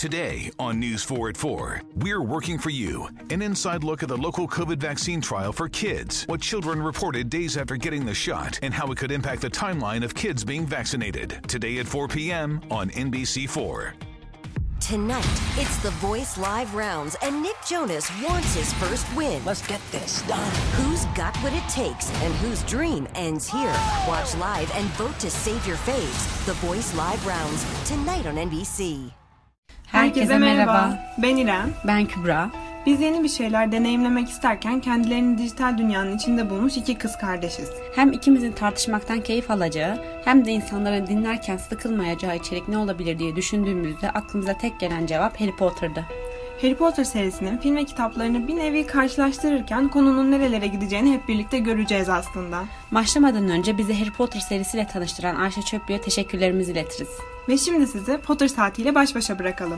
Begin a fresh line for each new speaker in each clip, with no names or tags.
Today on News 4 at 4, we're working for you. An inside look at the local COVID vaccine trial for kids, what children reported days after getting the shot, and how it could impact the timeline of kids being vaccinated. Today at 4 p.m. on NBC4.
Tonight, it's The Voice Live rounds, and Nick Jonas wants his first win.
Let's get this done.
Who's got what it takes and whose dream ends here? Watch live and vote to save your faves. The Voice Live rounds, tonight on NBC.
Herkese merhaba. Ben İrem.
Ben Kübra.
Biz yeni bir şeyler deneyimlemek isterken kendilerini dijital dünyanın içinde bulmuş iki kız kardeşiz.
Hem ikimizin tartışmaktan keyif alacağı hem de insanların dinlerken sıkılmayacağı içerik ne olabilir diye düşündüğümüzde aklımıza tek gelen cevap Harry Potter'dı.
Harry Potter serisinin film ve kitaplarını bir nevi karşılaştırırken konunun nerelere gideceğini hep birlikte göreceğiz aslında.
Başlamadan önce bizi Harry Potter serisiyle tanıştıran Ayşe Çöplü'ye teşekkürlerimizi iletiriz.
Ve şimdi sizi Potter saatiyle baş başa bırakalım.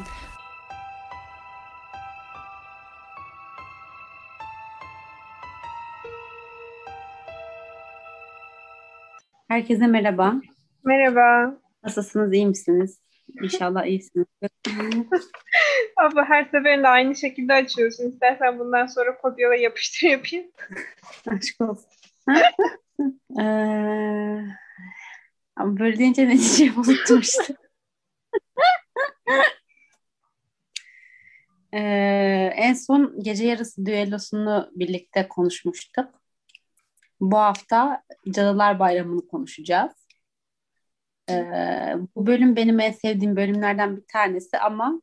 Herkese merhaba.
Merhaba.
Nasılsınız, iyi misiniz? İnşallah iyisiniz.
Abla her seferinde aynı şekilde açıyorsun. İstersen bundan sonra kopyala yapıştır yapayım.
Aşk olsun. Ama böyle deyince ne diyeceğimi unuttum işte. En son gece yarısı düellosunu birlikte konuşmuştuk. Bu hafta Cadılar Bayramı'nı konuşacağız. Bu bölüm benim en sevdiğim bölümlerden bir tanesi ama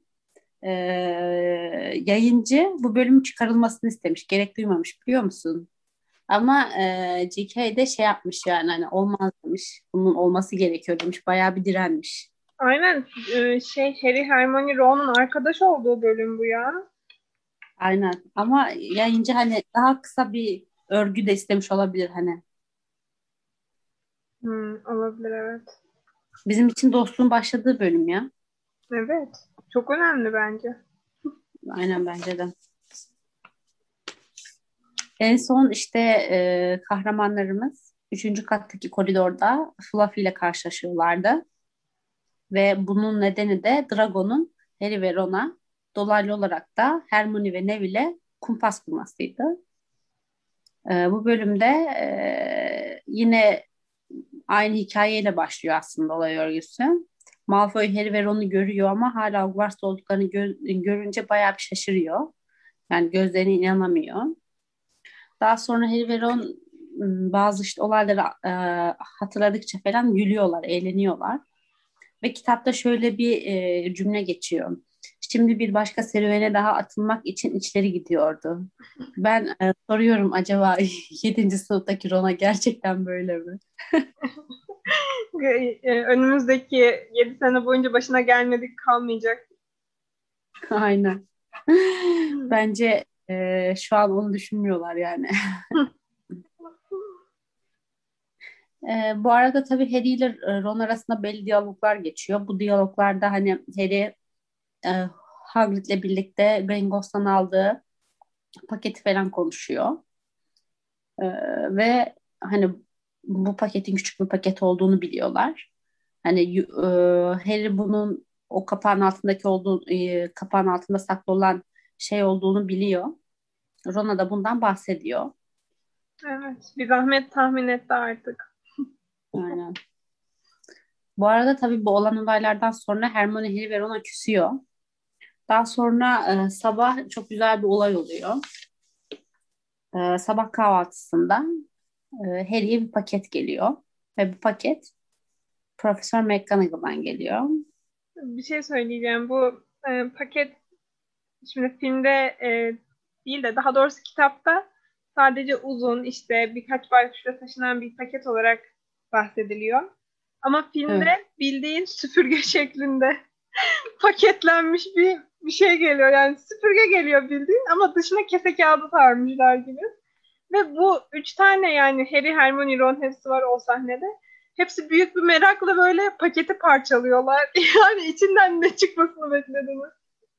yayıncı bu bölümün çıkarılmasını istemiş. Gerek duymamış, biliyor musun? Ama J.K. de şey yapmış, yani hani olmaz demiş. Bunun olması gerekiyor demiş. Bayağı bir direnmiş.
Aynen. Harry, Hermione, Ron'un arkadaş olduğu bölüm bu ya.
Aynen. Ama yayıncı hani daha kısa bir örgü de istemiş olabilir hani.
Olabilir, evet.
Bizim için dostluğun başladığı bölüm ya.
Evet. Çok önemli bence.
Aynen, bence de. En son işte kahramanlarımız 3. kattaki koridorda Fluffy ile karşılaşıyorlardı. Ve bunun nedeni de Drago'nun Harry ve Ron'a dolaylı olarak da Hermione ve Neville'e kumpas bulmasıydı. Bu bölümde yine aynı hikayeyle başlıyor aslında olay örgüsü. Malfoy Harry ve Ron'u görüyor ama hala Hogwarts'ta olduklarını görünce bayağı bir şaşırıyor. Yani gözlerine inanamıyor. Daha sonra Harry ve Ron bazı işte olayları hatırladıkça falan gülüyorlar, eğleniyorlar. Ve kitapta şöyle bir cümle geçiyor. Şimdi bir başka serüvene daha atılmak için içleri gidiyordu. Ben soruyorum, acaba 7. sınıftaki Ron'a gerçekten böyle mi?
Önümüzdeki 7 sene boyunca başına gelmedik kalmayacak.
Aynen. Bence şu an onu düşünmüyorlar yani. Bu arada tabii Harry ile Ron arasında belli diyaloglar geçiyor. Bu diyaloglarda hani Harry Hagrid'le birlikte Gringotts'tan aldığı paketi falan konuşuyor. Ve hani bu paketin küçük bir paket olduğunu biliyorlar. Hani Harry bunun o kapağın altında saklı olan şey olduğunu biliyor. Ron'a da bundan bahsediyor.
Evet, bir zahmet tahmin etti artık.
Aynen. Bu arada tabii bu olan olaylardan sonra Hermione, Harry ve Ron'a küsüyor. Daha sonra sabah çok güzel bir olay oluyor. Sabah kahvaltısında Harry'e bir paket geliyor. Ve bu paket Profesör McGonagall'dan geliyor.
Bir şey söyleyeceğim. Bu paket şimdi filmde değil de daha doğrusu kitapta sadece uzun, işte birkaç baykuşla taşınan bir paket olarak bahsediliyor. Ama filmde bildiğin süpürge şeklinde paketlenmiş bir şey geliyor. Yani süpürge geliyor bildiğin ama dışına kese kağıdı sarmışlar gibi. Ve bu 3 tane, yani Harry, Hermione, Ron hepsi var o sahnede. Hepsi büyük bir merakla böyle paketi parçalıyorlar. Yani içinden ne çıkmasını beklediniz.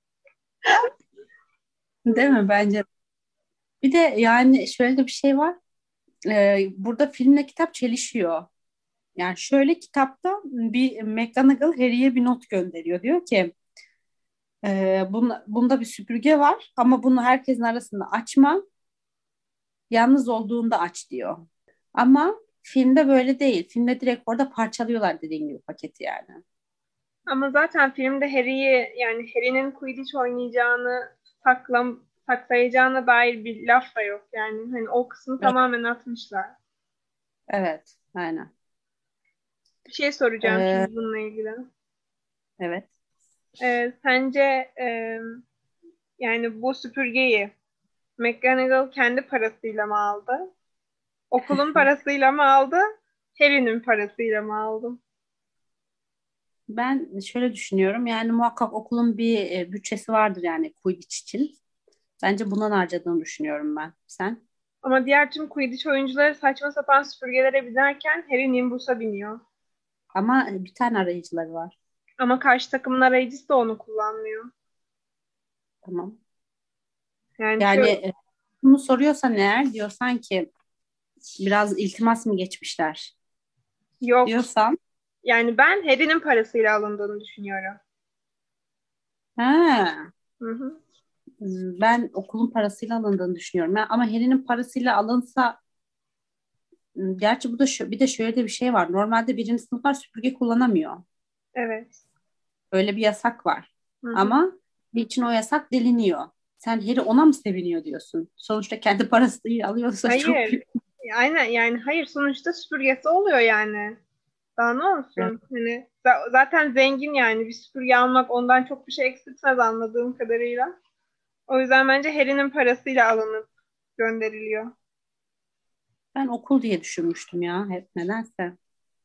Değil mi? Bence. Bir de yani şöyle de bir şey var. Burada filmle kitap çelişiyor. Yani şöyle, kitapta bir McGonagall Harry'e bir not gönderiyor. Diyor ki Bunda bir süpürge var ama bunu herkesin arasında açma. Yalnız olduğunda aç diyor. Ama filmde böyle değil. Filmde direkt orada parçalıyorlar dediğin gibi paketi yani.
Ama zaten filmde Harry'i, yani Harry'nin Quidditch oynayacağını saklayacağına dair bir laf da yok. Yani hani o kısmı
Evet.
tamamen atmışlar.
Evet, aynen.
Bir şey soracağım
Ee,
şimdi bununla ilgili.
evet.
Sence yani bu süpürgeyi McGonagall kendi parasıyla mı aldı? Okulun parasıyla mı aldı? Harry'nin parasıyla mı aldı?
Ben şöyle düşünüyorum. Yani muhakkak okulun bir bütçesi vardır yani Quidditch için. Bence bundan harcadığını düşünüyorum ben. Sen?
Ama diğer tüm Quidditch oyuncuları saçma sapan süpürgelere binerken Harry Nimbus'a biniyor.
Ama bir tane arayıcıları var.
Ama karşı takımın arayıcısı da onu kullanmıyor.
Tamam.
Yani
Yani bunu soruyorsan eğer diyorsan ki biraz iltimas mı geçmişler
yok.
diyorsan
Yani ben Harry'nin parasıyla alındığını düşünüyorum.
ha,
Hı hı.
ben okulun parasıyla alındığını düşünüyorum. Ama Harry'nin parasıyla alınsa gerçi bu da bir de şöyle de bir şey var. Normalde birinci sınıflar süpürge kullanamıyor.
Evet.
Öyle bir yasak var.
Hı hı.
Ama için o yasak deliniyor. Sen Harry ona mı seviniyor diyorsun? Sonuçta kendi parasıyla alıyorsa çok
Hayır.
büyük.
Aynen, yani hayır, sonuçta süpürgesi oluyor yani. Daha ne
Evet.
olsun? Hani zaten zengin, yani bir süpürge almak ondan çok bir şey eksiltmez anladığım kadarıyla. O yüzden bence Harry'nin parasıyla alınıp gönderiliyor.
Ben okul diye düşünmüştüm ya hep nedense.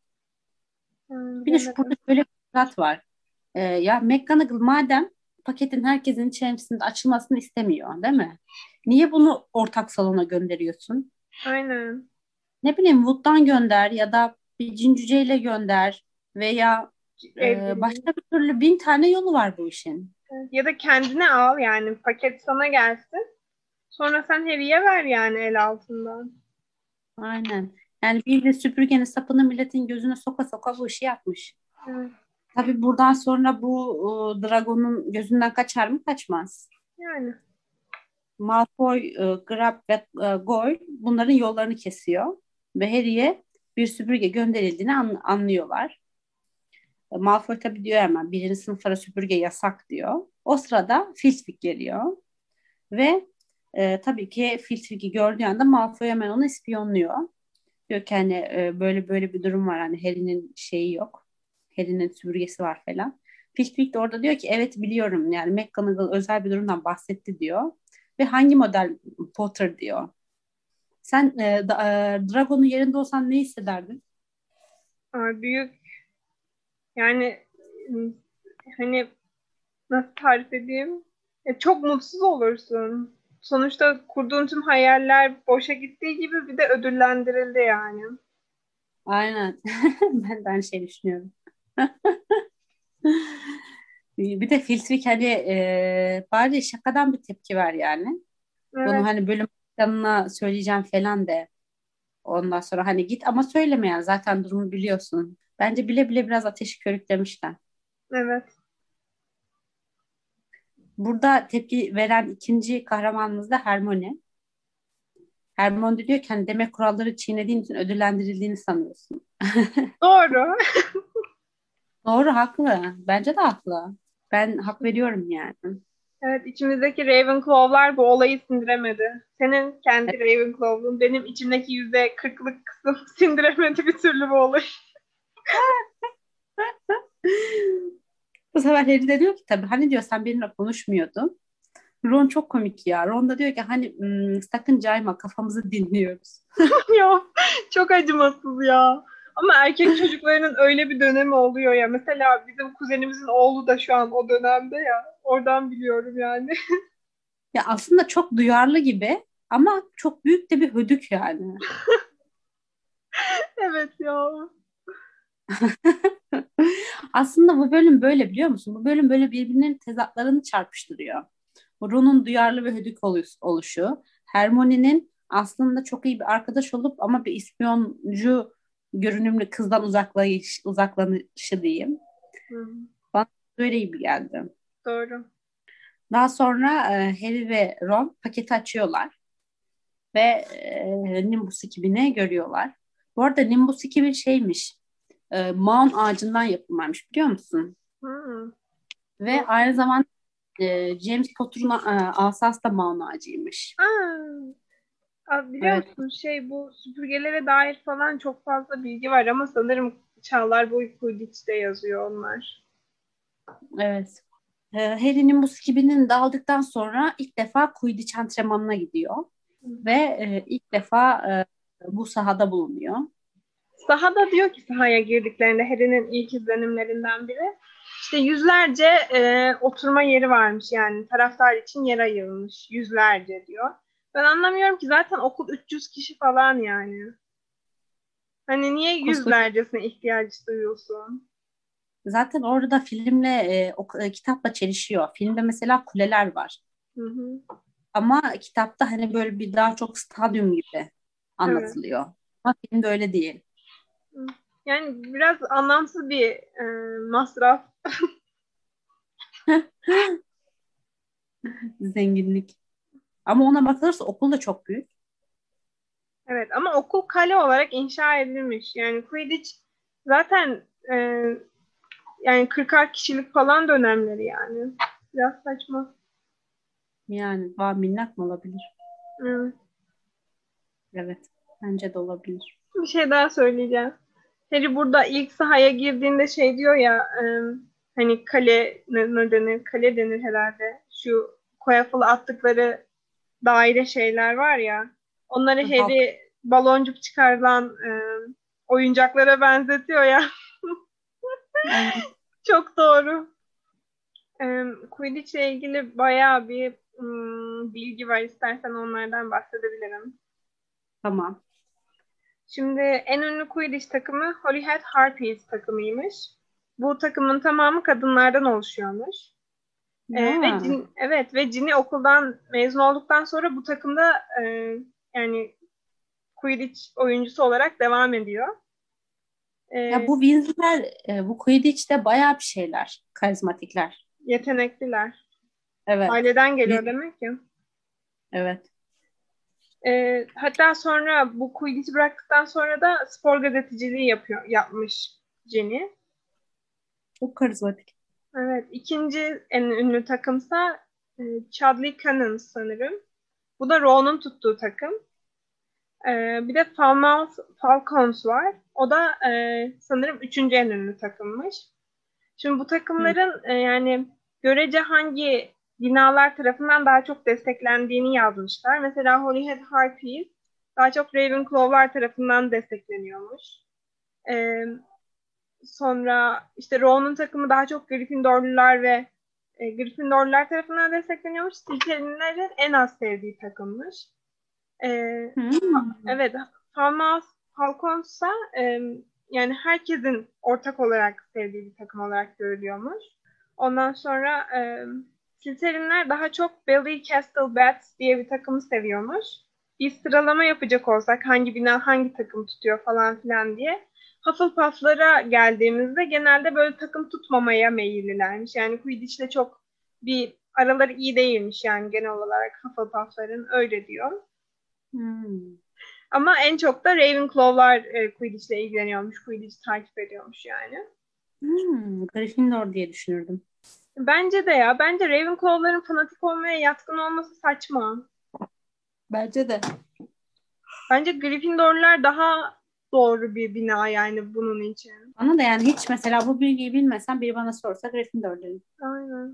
Bir de burada
Bilemedim.
şöyle bir fırsat var. Ya McGonagall madem paketin herkesin içerisinde açılmasını istemiyor, değil mi? Niye bunu ortak salona gönderiyorsun?
Aynen.
Ne bileyim Wood'dan gönder ya da bir cincüceyle gönder veya
Evliliği.
başka bir türlü bin tane yolu var bu işin.
Ya da kendine al, yani paket sana gelsin. Sonra sen Harry'e ver yani el altından.
Aynen. Yani bir de süpürgenin sapını milletin gözüne soka soka bu işi yapmış.
Evet.
Tabii buradan sonra bu Dragon'un gözünden kaçar mı? Kaçmaz.
Yani.
Malfoy, Crabbe ve Goyle bunların yollarını kesiyor. Ve Harry'e bir süpürge gönderildiğini anlıyorlar. Malfoy tabii diyor hemen birinci sınıflara süpürge yasak diyor. O sırada Flitwick geliyor. Ve tabii ki Flitwick'i gördüğü anda Malfoy hemen onu ispiyonluyor. Diyor ki hani böyle böyle bir durum var hani Harry'nin şeyi yok. Harry'nin süpürgesi var falan. Flitwick de orada diyor ki evet biliyorum yani McGonagall özel bir durumdan bahsetti diyor. Ve hangi model Potter diyor. Sen Dragon'un yerinde olsan ne hissederdin?
Büyük, yani hani nasıl tarif edeyim? Çok mutsuz olursun. Sonuçta kurduğun tüm hayaller boşa gittiği gibi bir de ödüllendirildi yani.
Aynen. Ben de aynı şey düşünüyorum. Bir de Flitwick hani bari şakadan bir tepki ver yani. Bunu
Evet,
hani bölüm planına söyleyeceğim falan de. Ondan sonra hani git ama söyleme yani zaten durumu biliyorsun. Bence bile bile biraz ateşi körüklemişler.
evet.
Burada tepki veren ikinci kahramanımız da Hermione. Hermione de diyor ki hani demek kuralları çiğnediğin için ödüllendirildiğini sanıyorsun.
Doğru.
Doğru haklı. Bence de haklı. Ben hak veriyorum yani.
Evet, içimizdeki Ravenclaw'lar bu olayı sindiremedi. Senin kendi Ravenclaw'un, benim içimdeki %40'lık kısım sindiremedi bir türlü bu olayı.
Bu sefer Harry de diyor ki tabii hani diyor sen benimle konuşmuyordun. Ron çok komik ya. Ron da diyor ki hani sakın cayma kafamızı dinliyoruz.
Ya çok acımasız ya. Ama erkek çocuklarının öyle bir dönemi oluyor ya. Mesela bizim kuzenimizin oğlu da şu an o dönemde ya. Oradan biliyorum yani.
Ya aslında çok duyarlı gibi ama çok büyük de bir hödük yani.
Evet ya.
Aslında bu bölüm böyle biliyor musun? Bu bölüm böyle birbirinin tezatlarını çarpıştırıyor. Ron'un duyarlı ve hödük oluşu, Hermione'nin aslında çok iyi bir arkadaş olup ama bir ispiyoncu görünümlü kızdan uzaklanışı diyeyim.
Hı,
Bana böyle gibi geldi.
doğru.
Daha sonra Harry ve Ron paketi açıyorlar ve Nimbus 2000'i görüyorlar. Bu arada Nimbus 2000 şeymiş, Maun ağacından yapılmış, biliyor musun?
Hmm.
Ve aynı zamanda James Potter'ın asası da Maun ağacıymış.
Biliyor
Evet,
musun bu süpürgelere dair falan çok fazla bilgi var ama sanırım Çağlar Boyu Quidditch'te yazıyor onlar.
evet. Harry Nimbus 2000'in dağıldıktan sonra ilk defa Quidditch antrenmanına gidiyor. Ve ilk defa bu sahada bulunuyor.
Sahada diyor ki sahaya girdiklerinde Harry'nin ilk izlenimlerinden biri. İşte yüzlerce oturma yeri varmış yani taraftar için yer ayrılmış. Yüzlerce diyor. Ben anlamıyorum ki zaten okul 300 kişi falan yani. Hani niye
Koskoca.
yüzlercesine ihtiyaç duyuyorsun?
Zaten orada filmle kitapla çelişiyor. Filmde mesela kuleler var.
Hı hı.
Ama kitapta hani böyle bir daha çok stadyum gibi
Evet.
anlatılıyor. Ama filmde öyle değil.
Yani biraz anlamsız bir masraf.
Zenginlik. Ama ona bakılırsa okul da çok büyük.
Evet ama okul kale olarak inşa edilmiş. Yani Quidditch zaten yani 40'ar kişilik falan dönemleri yani. Biraz saçma.
Yani minnak mı olabilir?
Evet.
Evet. Bence de olabilir.
Bir şey daha söyleyeceğim. Harry burada ilk sahaya girdiğinde diyor ya hani kale ne denir? Kale denir herhalde. Şu Quaffle'a attıkları daire şeyler var ya. Onları
Halk.
Harry baloncuk çıkarılan oyuncaklara benzetiyor ya.
Evet.
Çok doğru. Quidditch ile ilgili bayağı bir bilgi var. İstersen onlardan bahsedebilirim.
Tamam.
Şimdi en ünlü Quidditch takımı Holyhead Harpies takımıymış. Bu takımın tamamı kadınlardan oluşuyormuş.
Ya.
Evet ve Ginny okuldan mezun olduktan sonra bu takımda yani Quidditch oyuncusu olarak devam ediyor.
Ya
E,
bu Weasley'ler bu Quidditch'te bayağı bir şeyler. Karizmatikler.
Yetenekliler.
Evet.
Aileden
Biz,
geliyor demek ki.
evet.
Hatta sonra bu Quidditch'i bıraktıktan sonra da spor gazeteciliği yapmış Jenny.
Çok karizmatik.
Evet, ikinci en ünlü takımsa Chudley Cannons sanırım. Bu da Ron'un tuttuğu takım. Bir de Falmouth Falcons var. O da sanırım üçüncü en ünlü takımmış. Şimdi bu
Hı.
takımların yani görece hangi binalar tarafından daha çok desteklendiğini yazmışlar. Mesela Holyhead Harpies daha çok Ravenclaw'lar tarafından destekleniyormuş. E, Sonra işte Ron'un takımı daha çok Gryffindorlular ve Gryffindorlular tarafından destekleniyormuş. Slytherin'lerin en az sevdiği takımmış. E,
Hmm.
evet, Falmouth Falcons'a yani herkesin ortak olarak sevdiği bir takım olarak görülüyormuş. Ondan sonra Slytherin'ler daha çok Ballycastle Bats diye bir takımı seviyormuş. Bir sıralama yapacak olsak hangi bina hangi takım tutuyor falan filan diye. Hufflepuff'lara geldiğimizde genelde böyle takım tutmamaya meyillilermiş. Yani Quidditch'le çok bir araları iyi değilmiş yani genel olarak Hufflepuff'ların öyle diyor.
Hmm.
Ama en çok da Ravenclaw'lar Quidditch'le ilgileniyormuş. Quidditch'i takip ediyormuş yani.
Gryffindor diye düşünürdüm.
Bence de ya. Bence Ravenclaw'ların fanatik olmaya yatkın olması saçma.
Bence de.
Bence Gryffindorlar daha doğru bir bina yani bunun için.
Bana da yani hiç mesela bu bilgiyi bilmesem biri bana sorsa Gryffindor derim.
Aynen.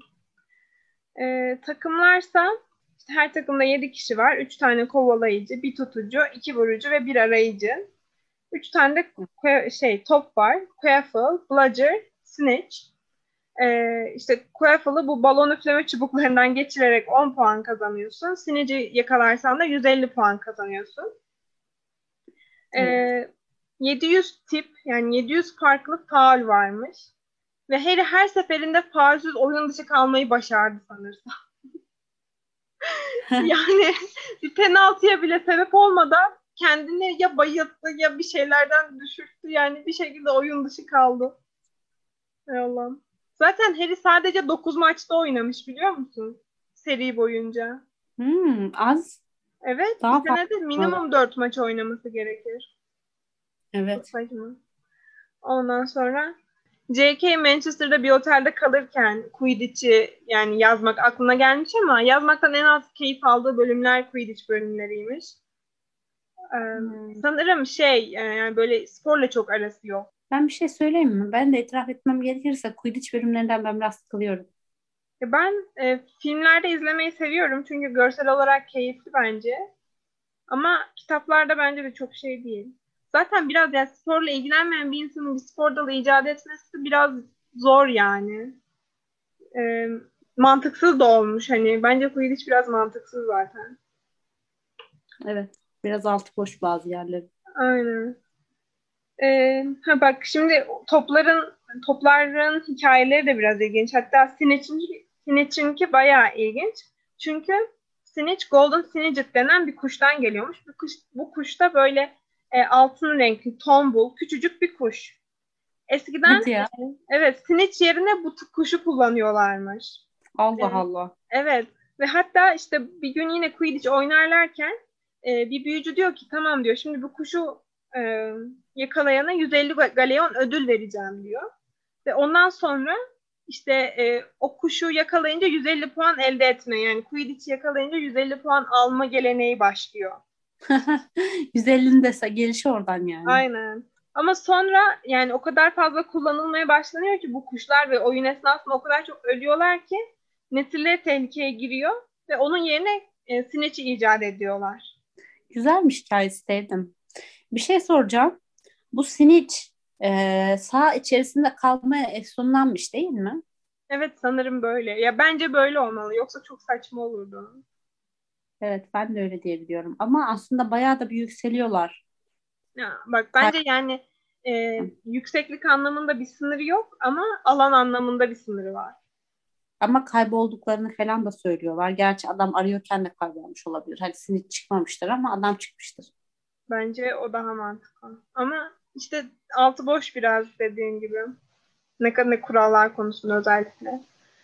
Takımlarsa işte her takımda 7 kişi var. 3 tane kovalayıcı, bir tutucu, 2 vurucu ve bir arayıcı. 3 tane de top var. Quaffle, Bludger, Snitch. İşte Quaffle'ı bu balon üfleme çubuklarından geçirerek 10 puan kazanıyorsun. Snitch'i yakalarsan da 150 puan kazanıyorsun.
Evet.
700 tip yani 700 farklı faul varmış. Ve Harry her seferinde faulsüz oyun dışı kalmayı başardı sanırsam. Yani bir penaltıya bile sebep olmadan kendini ya bayılttı ya bir şeylerden düşürttü. Yani bir şekilde oyun dışı kaldı. Ey Allah'ım. Zaten Harry sadece 9 maçta oynamış biliyor musun? seri boyunca.
Az.
Evet,
Daha
bir senede
fazla.
minimum 4 maç oynaması gerekir.
Evet.
Saçma. Ondan sonra J.K. Manchester'da bir otelde kalırken Quidditch'i yani yazmak aklına gelmiş ama yazmaktan en az keyif aldığı bölümler Quidditch bölümleriymiş. Sanırım yani böyle sporla çok arası yok.
Ben bir şey söyleyeyim mi? Ben de itiraf etmem gerekirse Quidditch bölümlerinden ben biraz sıkılıyorum.
Ben filmlerde izlemeyi seviyorum çünkü görsel olarak keyifli bence. Ama kitaplarda bence de çok şey değil. Zaten biraz yani sporla ilgilenmeyen bir insanın bir spor dalı icat etmesi biraz zor yani. E, Mantıksız da olmuş. Hani bence Quidditch biraz mantıksız zaten.
Evet. Biraz altı boş bazı yerleri.
Aynen. Bak şimdi topların hikayeleri de biraz ilginç. Hatta Snitch'inki bayağı ilginç. Çünkü Snitch Golden Snidget denen bir kuştan geliyormuş. Bu kuş da böyle altın renkli, tombul, küçücük bir kuş. Eskiden
Hadi ya.
evet Snitch yerine bu kuşu kullanıyorlarmış.
Allah
E,
Allah.
evet ve hatta işte bir gün yine Quidditch oynarlarken bir büyücü diyor ki tamam diyor şimdi bu kuşu e, yakalayana 150 galeon ödül vereceğim diyor. Ve ondan sonra işte o kuşu yakalayınca 150 puan elde etme yani Quidditch'i yakalayınca 150 puan alma geleneği başlıyor.
150'nin de gelişi oradan yani.
Aynen. Ama sonra yani o kadar fazla kullanılmaya başlanıyor ki bu kuşlar ve oyun esnasında o kadar çok ölüyorlar ki nesilleri tehlikeye giriyor ve onun yerine Snitch'i icat ediyorlar.
Güzelmiş, hikayesi, sevdim. Bir şey soracağım. Bu Snitch sağ içerisinde kalmaya efsunlanmış değil mi?
Evet sanırım böyle. Ya bence böyle olmalı. Yoksa çok saçma olurdu.
Evet, ben de öyle diyebiliyorum. Ama aslında bayağı da bir yükseliyorlar.
Ya, bak
Kay-
bence yani yükseklik anlamında bir sınırı yok ama alan anlamında bir sınırı var.
Ama kaybolduklarını falan da söylüyorlar. Gerçi adam arıyorken de kaybolmuş olabilir. Hadi Snitch çıkmamıştır ama adam çıkmıştır.
Bence o daha mantıklı. Ama işte altı boş biraz dediğin gibi. Ne kurallar konusunda özellikle.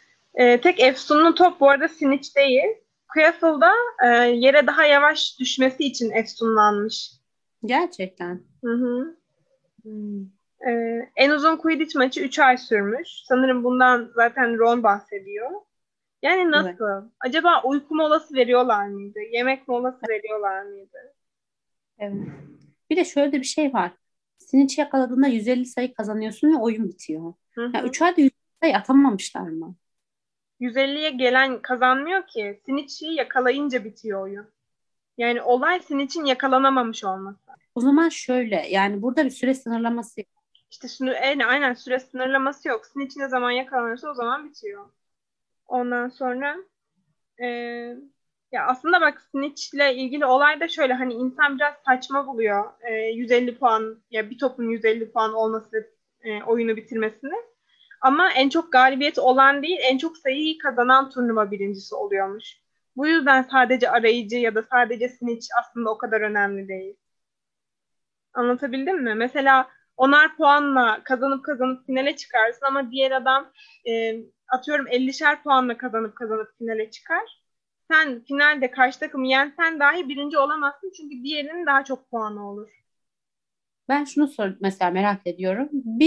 Tek efsunlu top bu arada Snitch değil. Quaffle'da yere daha yavaş düşmesi için efsunlanmış.
Gerçekten.
Hı hı.
Hmm.
En uzun Quidditch maçı 3 ay sürmüş. Sanırım bundan zaten Ron bahsediyor. Yani
Evet.
nasıl? Acaba uyku molası veriyorlar mıydı? Yemek molası veriyorlar mıydı?
Evet. Bir de şöyle de bir şey var. Snitch'i yakaladığında 150 sayı kazanıyorsun ve oyun bitiyor.
Hı
Ya
hı.
3 ayda 150 sayı atamamışlar mı?
150'ye gelen kazanmıyor ki. Snitch'i yakalayınca bitiyor oyun. Yani olay Snitch'in yakalanamamış olması.
O zaman şöyle, yani burada bir süre sınırlaması yok.
İşte aynen süre sınırlaması yok. Snitch ne zaman yakalanırsa o zaman bitiyor. Ondan sonra e, ya aslında bak Snitch'le ilgili olay da şöyle hani insan biraz saçma buluyor. 150 puan ya bir topun 150 puan olması oyunu bitirmesini. Ama en çok galibiyet olan değil, en çok sayıyı kazanan turnuva birincisi oluyormuş. Bu yüzden sadece arayıcı ya da sadece Snitch aslında o kadar önemli değil. Anlatabildim mi? Mesela onar puanla kazanıp finale çıkarsın ama diğer adam atıyorum 50'şer puanla kazanıp finale çıkar. Sen finalde karşı takımı yensen dahi birinci olamazsın çünkü diğerinin daha çok puanı olur.
Ben şunu mesela merak ediyorum.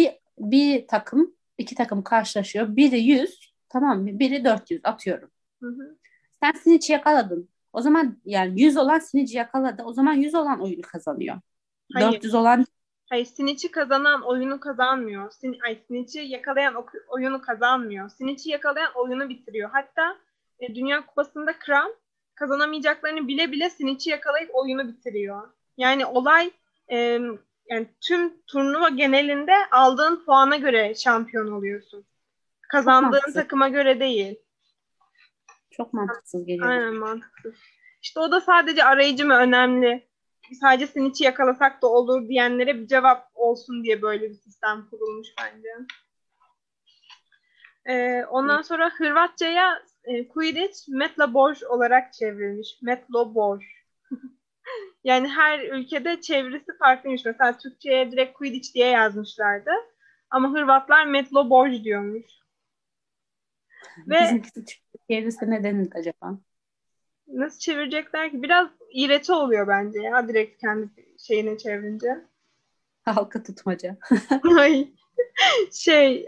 Bir takım, iki takım karşılaşıyor. Biri 100, tamam mı? Biri 400 atıyorum.
Hı hı.
Sen Snitch'i yakaladın. O zaman yani 100 olan Snitch'i yakaladı. O zaman 100 olan oyunu kazanıyor.
Hayır.
400 olan
Hayır, Snitch'i kazanan oyunu kazanmıyor. Snitch'i yakalayan oyunu kazanmıyor. Snitch'i yakalayan oyunu bitiriyor. Hatta Dünya Kupası'nda Kram kazanamayacaklarını bile bile Snitch'i yakalayıp oyunu bitiriyor. Yani olay e, yani tüm turnuva genelinde aldığın puana göre şampiyon oluyorsun.
çok
Kazandığın
mantıksız.
takıma göre değil.
Çok mantıksız geliyor bana.
Aynen mantıksız. İşte o da sadece arayıcı mı önemli? Sadece Snitch'i yakalasak da olur diyenlere bir cevap olsun diye böyle bir sistem kurulmuş bence. Ondan sonra Hırvatça'ya Quidditch Metlabor olarak çevrilmiş. Metlabor. Yani her ülkede çevirisi farklıymış. Mesela Türkçe'ye direkt Quidditch diye yazmışlardı. Ama Hırvatlar Metlabor diyormuş. Ve
Bizimkisi çevirse ne denir acaba?
nasıl çevirecekler ki? Biraz iğreti oluyor bence ya direkt kendi şeyine çevirince.
Halka tutmaca.
Ay şey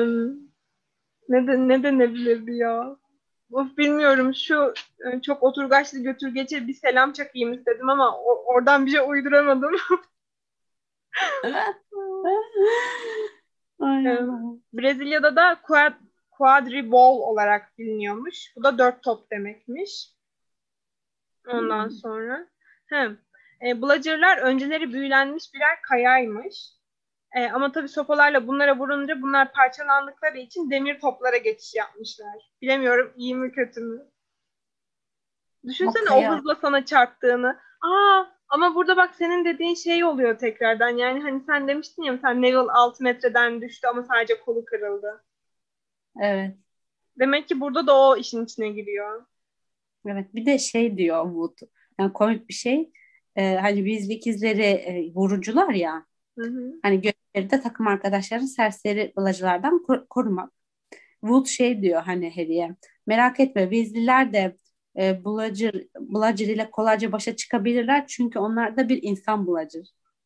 ne denebilirdi ya? Of bilmiyorum şu çok oturgaçlı götürgece bir selam çakayım istedim ama oradan bir şey uyduramadım.
Ay
E,
Allah.
Brezilya'da da quadribol olarak biliniyormuş. Bu da dört top demekmiş. Ondan
Hmm.
sonra. Hem Bludger'lar önceleri büyülenmiş birer kayaymış. Ama tabii sopalarla bunlara vurunca bunlar parçalandıkları için demir toplara geçiş yapmışlar. Bilemiyorum iyi mi kötü mü?
Ama
Düşünsene o
kaya
hızla sana çarptığını. Ama burada bak senin dediğin şey oluyor tekrardan. Yani hani sen demiştin ya mesela Neville 6 metreden düştü ama sadece kolu kırıldı.
evet.
Demek ki burada da o işin içine giriyor.
Evet. Bir de şey diyor Wood. Yani komik bir şey. Hani Weasley ikizleri vurucular ya.
Hı hı.
Hani görevleri de takım arkadaşlarını serseri bılacılardan korumak. Wood şey diyor hani Harry'e. Merak etme Weasley'ler de Bludger ile kolayca başa çıkabilirler. Çünkü onlar da bir insan Bludger.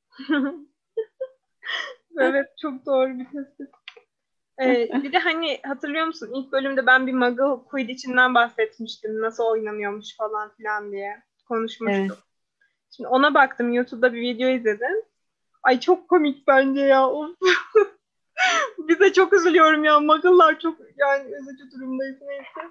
Evet çok doğru bir tespit. Bir de hani hatırlıyor musun ilk bölümde ben bir Muggle Quidditch'inden bahsetmiştim. Nasıl oynanıyormuş falan filan diye
Evet.
konuşmuştuk. Şimdi ona baktım YouTube'da bir video izledim. Ay çok komik bence ya. Of. Bize çok üzülüyorum ya. Muggle'lar çok yani üzücü durumdayız neyse.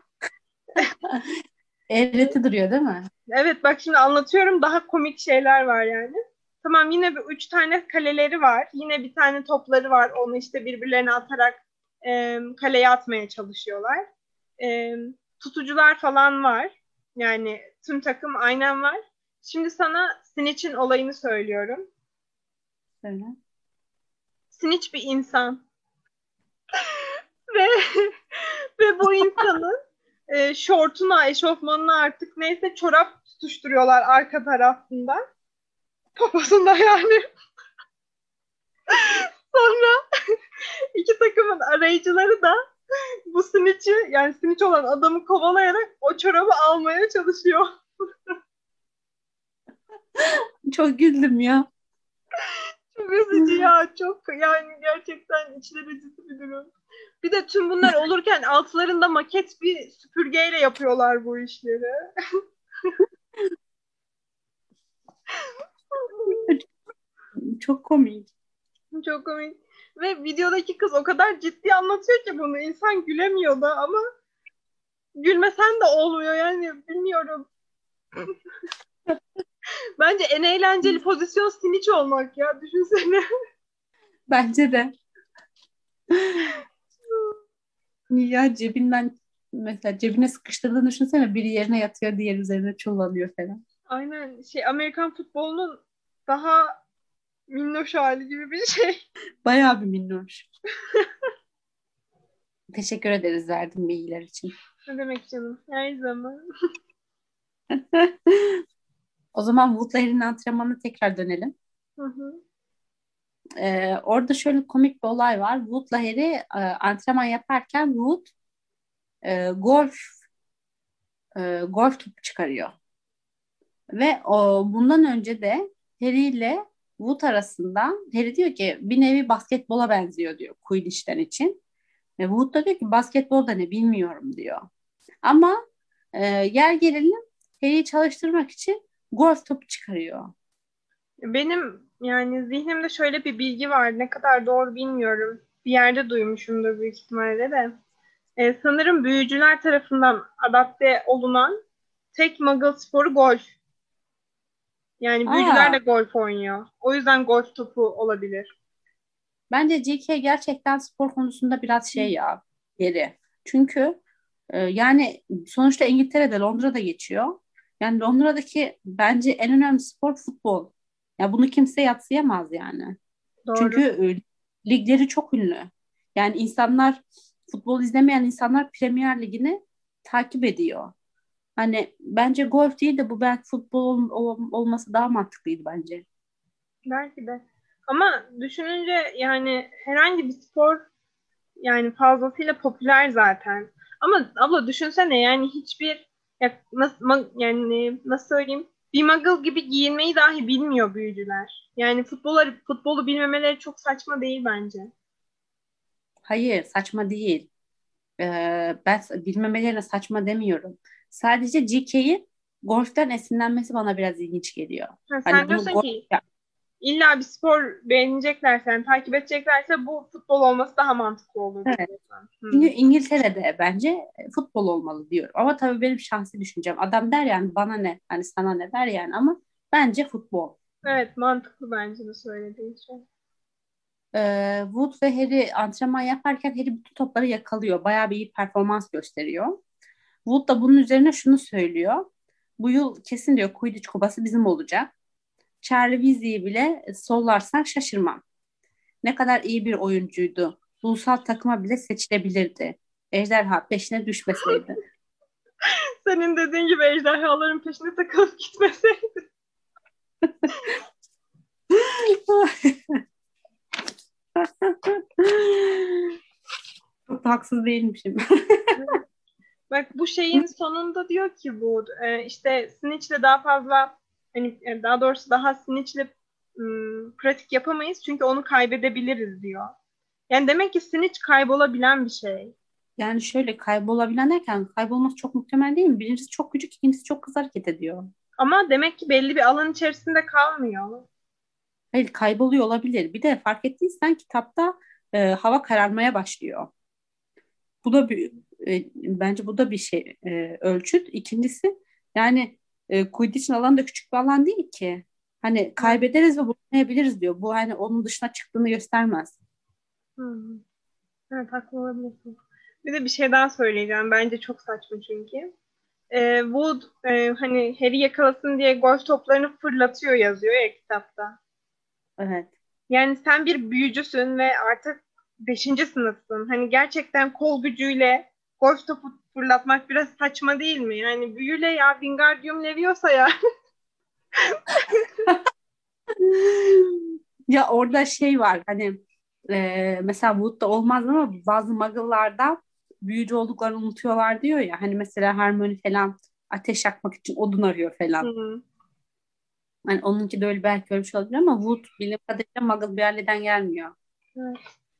Eğreti duruyor değil mi?
Evet bak şimdi anlatıyorum daha komik şeyler var yani. Tamam yine bir üç tane kaleleri var. Yine bir tane topları var. Onu işte birbirlerine atarak kaleye atmaya çalışıyorlar. E, Tutucular falan var. Yani tüm takım aynen var. Şimdi sana Snitch'in olayını söylüyorum.
Öyle.
Snitch bir insan. Ve ve bu insanın şortuna, eşofmanına artık neyse çorap tutuşturuyorlar arka tarafında. Poposunda yani. Sonra iki takımın arayıcıları da bu snitch'i yani snitch olan adamı kovalayarak o çorabı almaya çalışıyor.
Çok güldüm ya.
Çok üzücü ya. Çok yani gerçekten içler acısı bir durum. Bir de tüm bunlar olurken altlarında maket bir süpürgeyle yapıyorlar bu işleri.
Çok komik.
Çok komik. Ve videodaki kız o kadar ciddi anlatıyor ki bunu. İnsan gülemiyor da ama gülmesen de olmuyor yani bilmiyorum. Bence en eğlenceli pozisyon Snitch olmak ya. Düşünsene.
Bence de. Ya cebinden mesela cebine sıkıştırdığını düşünsene biri yerine yatıyor diğer üzerine çullanıyor falan.
Aynen Amerikan futbolunun daha minnoş hali gibi bir şey.
Bayağı bir minnoş. Teşekkür ederiz verdiğin bilgiler için.
Ne demek canım? Her zaman.
O zaman Wood'la Harry'nin antrenmanına tekrar dönelim.
Hı hı.
Orada şöyle komik bir olay var. Wood'la Harry antrenman yaparken Wood e, golf golf topu çıkarıyor. Ve bundan önce de Harry ile Wood arasında Harry diyor ki bir nevi basketbola benziyor diyor Quidditch'ten için. Ve Wood da diyor ki basketbol da ne bilmiyorum diyor. Ama yer gelelim Harry'i çalıştırmak için golf topu çıkarıyor.
Benim yani zihnimde şöyle bir bilgi var. Ne kadar doğru bilmiyorum. Bir yerde duymuşumdur büyük ihtimalle de. Sanırım büyücüler tarafından adapte olunan tek Muggle sporu golf. Yani büyücüler de
Aa,
golf oynuyor. O yüzden golf topu olabilir.
bence JK gerçekten spor konusunda biraz şey ya geri. Çünkü yani sonuçta İngiltere'de Londra'da geçiyor. Yani Londra'daki bence en önemli spor futbol. Ya bunu kimse yadsıyamaz yani. Çünkü
Doğru.
ligleri çok ünlü. Yani insanlar futbol izlemeyen insanlar Premier Ligi'ni takip ediyor. Hani bence golf değil de bu belki futbol olması daha mantıklıydı bence.
Belki de. Ama düşününce yani herhangi bir spor yani fazlasıyla popüler zaten. Ama abla düşünsene yani hiçbir yani nasıl söyleyeyim, bir muggle gibi giyinmeyi dahi bilmiyor büyücüler. Yani futbolu bilmemeleri çok saçma değil bence.
Hayır, saçma değil. Ben bilmemelerine saçma demiyorum. Sadece GK'in golften esinlenmesi bana biraz ilginç geliyor.
Ha, sen
Hani bunu
diyorsun
golf
ki illa bir spor beğeneceklerse, yani takip edeceklerse bu futbol olması daha mantıklı olur
evet.
diyorsun.
Çünkü İngiltere'de bence futbol olmalı diyorum. Ama tabii benim şahsi düşüncem. Adam der yani bana ne? Hani sana ne der yani ama bence futbol.
Evet, mantıklı bence de söylediğin şey.
Wood ve Harry antrenman yaparken Harry bütün topları yakalıyor. Bayağı bir iyi performans gösteriyor. Wood da bunun üzerine şunu söylüyor. Bu yıl kesin diyor Quidditch kupası bizim olacak. Charlie Weasley'i bile sollarsan şaşırmam. Ne kadar iyi bir oyuncuydu. Ulusal takıma bile seçilebilirdi. Ejderha peşine düşmeseydi.
Senin dediğin gibi ejderhaların peşine takılıp gitmeseydi.
Çok da haksız değilmişim.
Bak bu şeyin sonunda diyor ki bu işte Snitch'le daha fazla, hani daha doğrusu daha Snitch'le pratik yapamayız çünkü onu kaybedebiliriz diyor. Yani demek ki Snitch kaybolabilen bir şey.
Yani şöyle kaybolabilen derken kaybolması çok muhtemel değil mi? Birincisi çok küçük, ikincisi çok hızlı hareket ediyor.
Ama demek ki belli bir alan içerisinde kalmıyor.
Hayır kayboluyor olabilir. Bir de fark ettiysen kitapta hava kararmaya başlıyor. Bu da bir bence bu da bir şey ölçüt. İkincisi yani Quidditch'in alanı da küçük bir alan değil ki. Hani
Evet.
kaybederiz ve bulamayabiliriz diyor. Bu hani onun dışına çıktığını göstermez.
Hmm. Evet, haklı olabilirsin. Bir de bir şey daha söyleyeceğim. Bence çok saçma çünkü. Wood hani Harry yakalasın diye golf toplarını fırlatıyor yazıyor ya kitapta.
Evet.
Yani sen bir büyücüsün ve artık beşinci sınıfsın. Hani gerçekten kol gücüyle golf topu fırlatmak biraz saçma değil mi? Yani büyüyle ya Wingardium Leviosa ya.
Ya orada şey var hani mesela Wood'da olmaz ama bazı muggle'larda büyücü olduklarını unutuyorlar diyor ya. Hani mesela Hermione falan ateş yakmak için odun arıyor falan.
Hmm.
Hani onunki de öyle belki öyle bir şey olabilir ama Wood bildiğim kadarıyla muggle bir aileden gelmiyor.
Evet.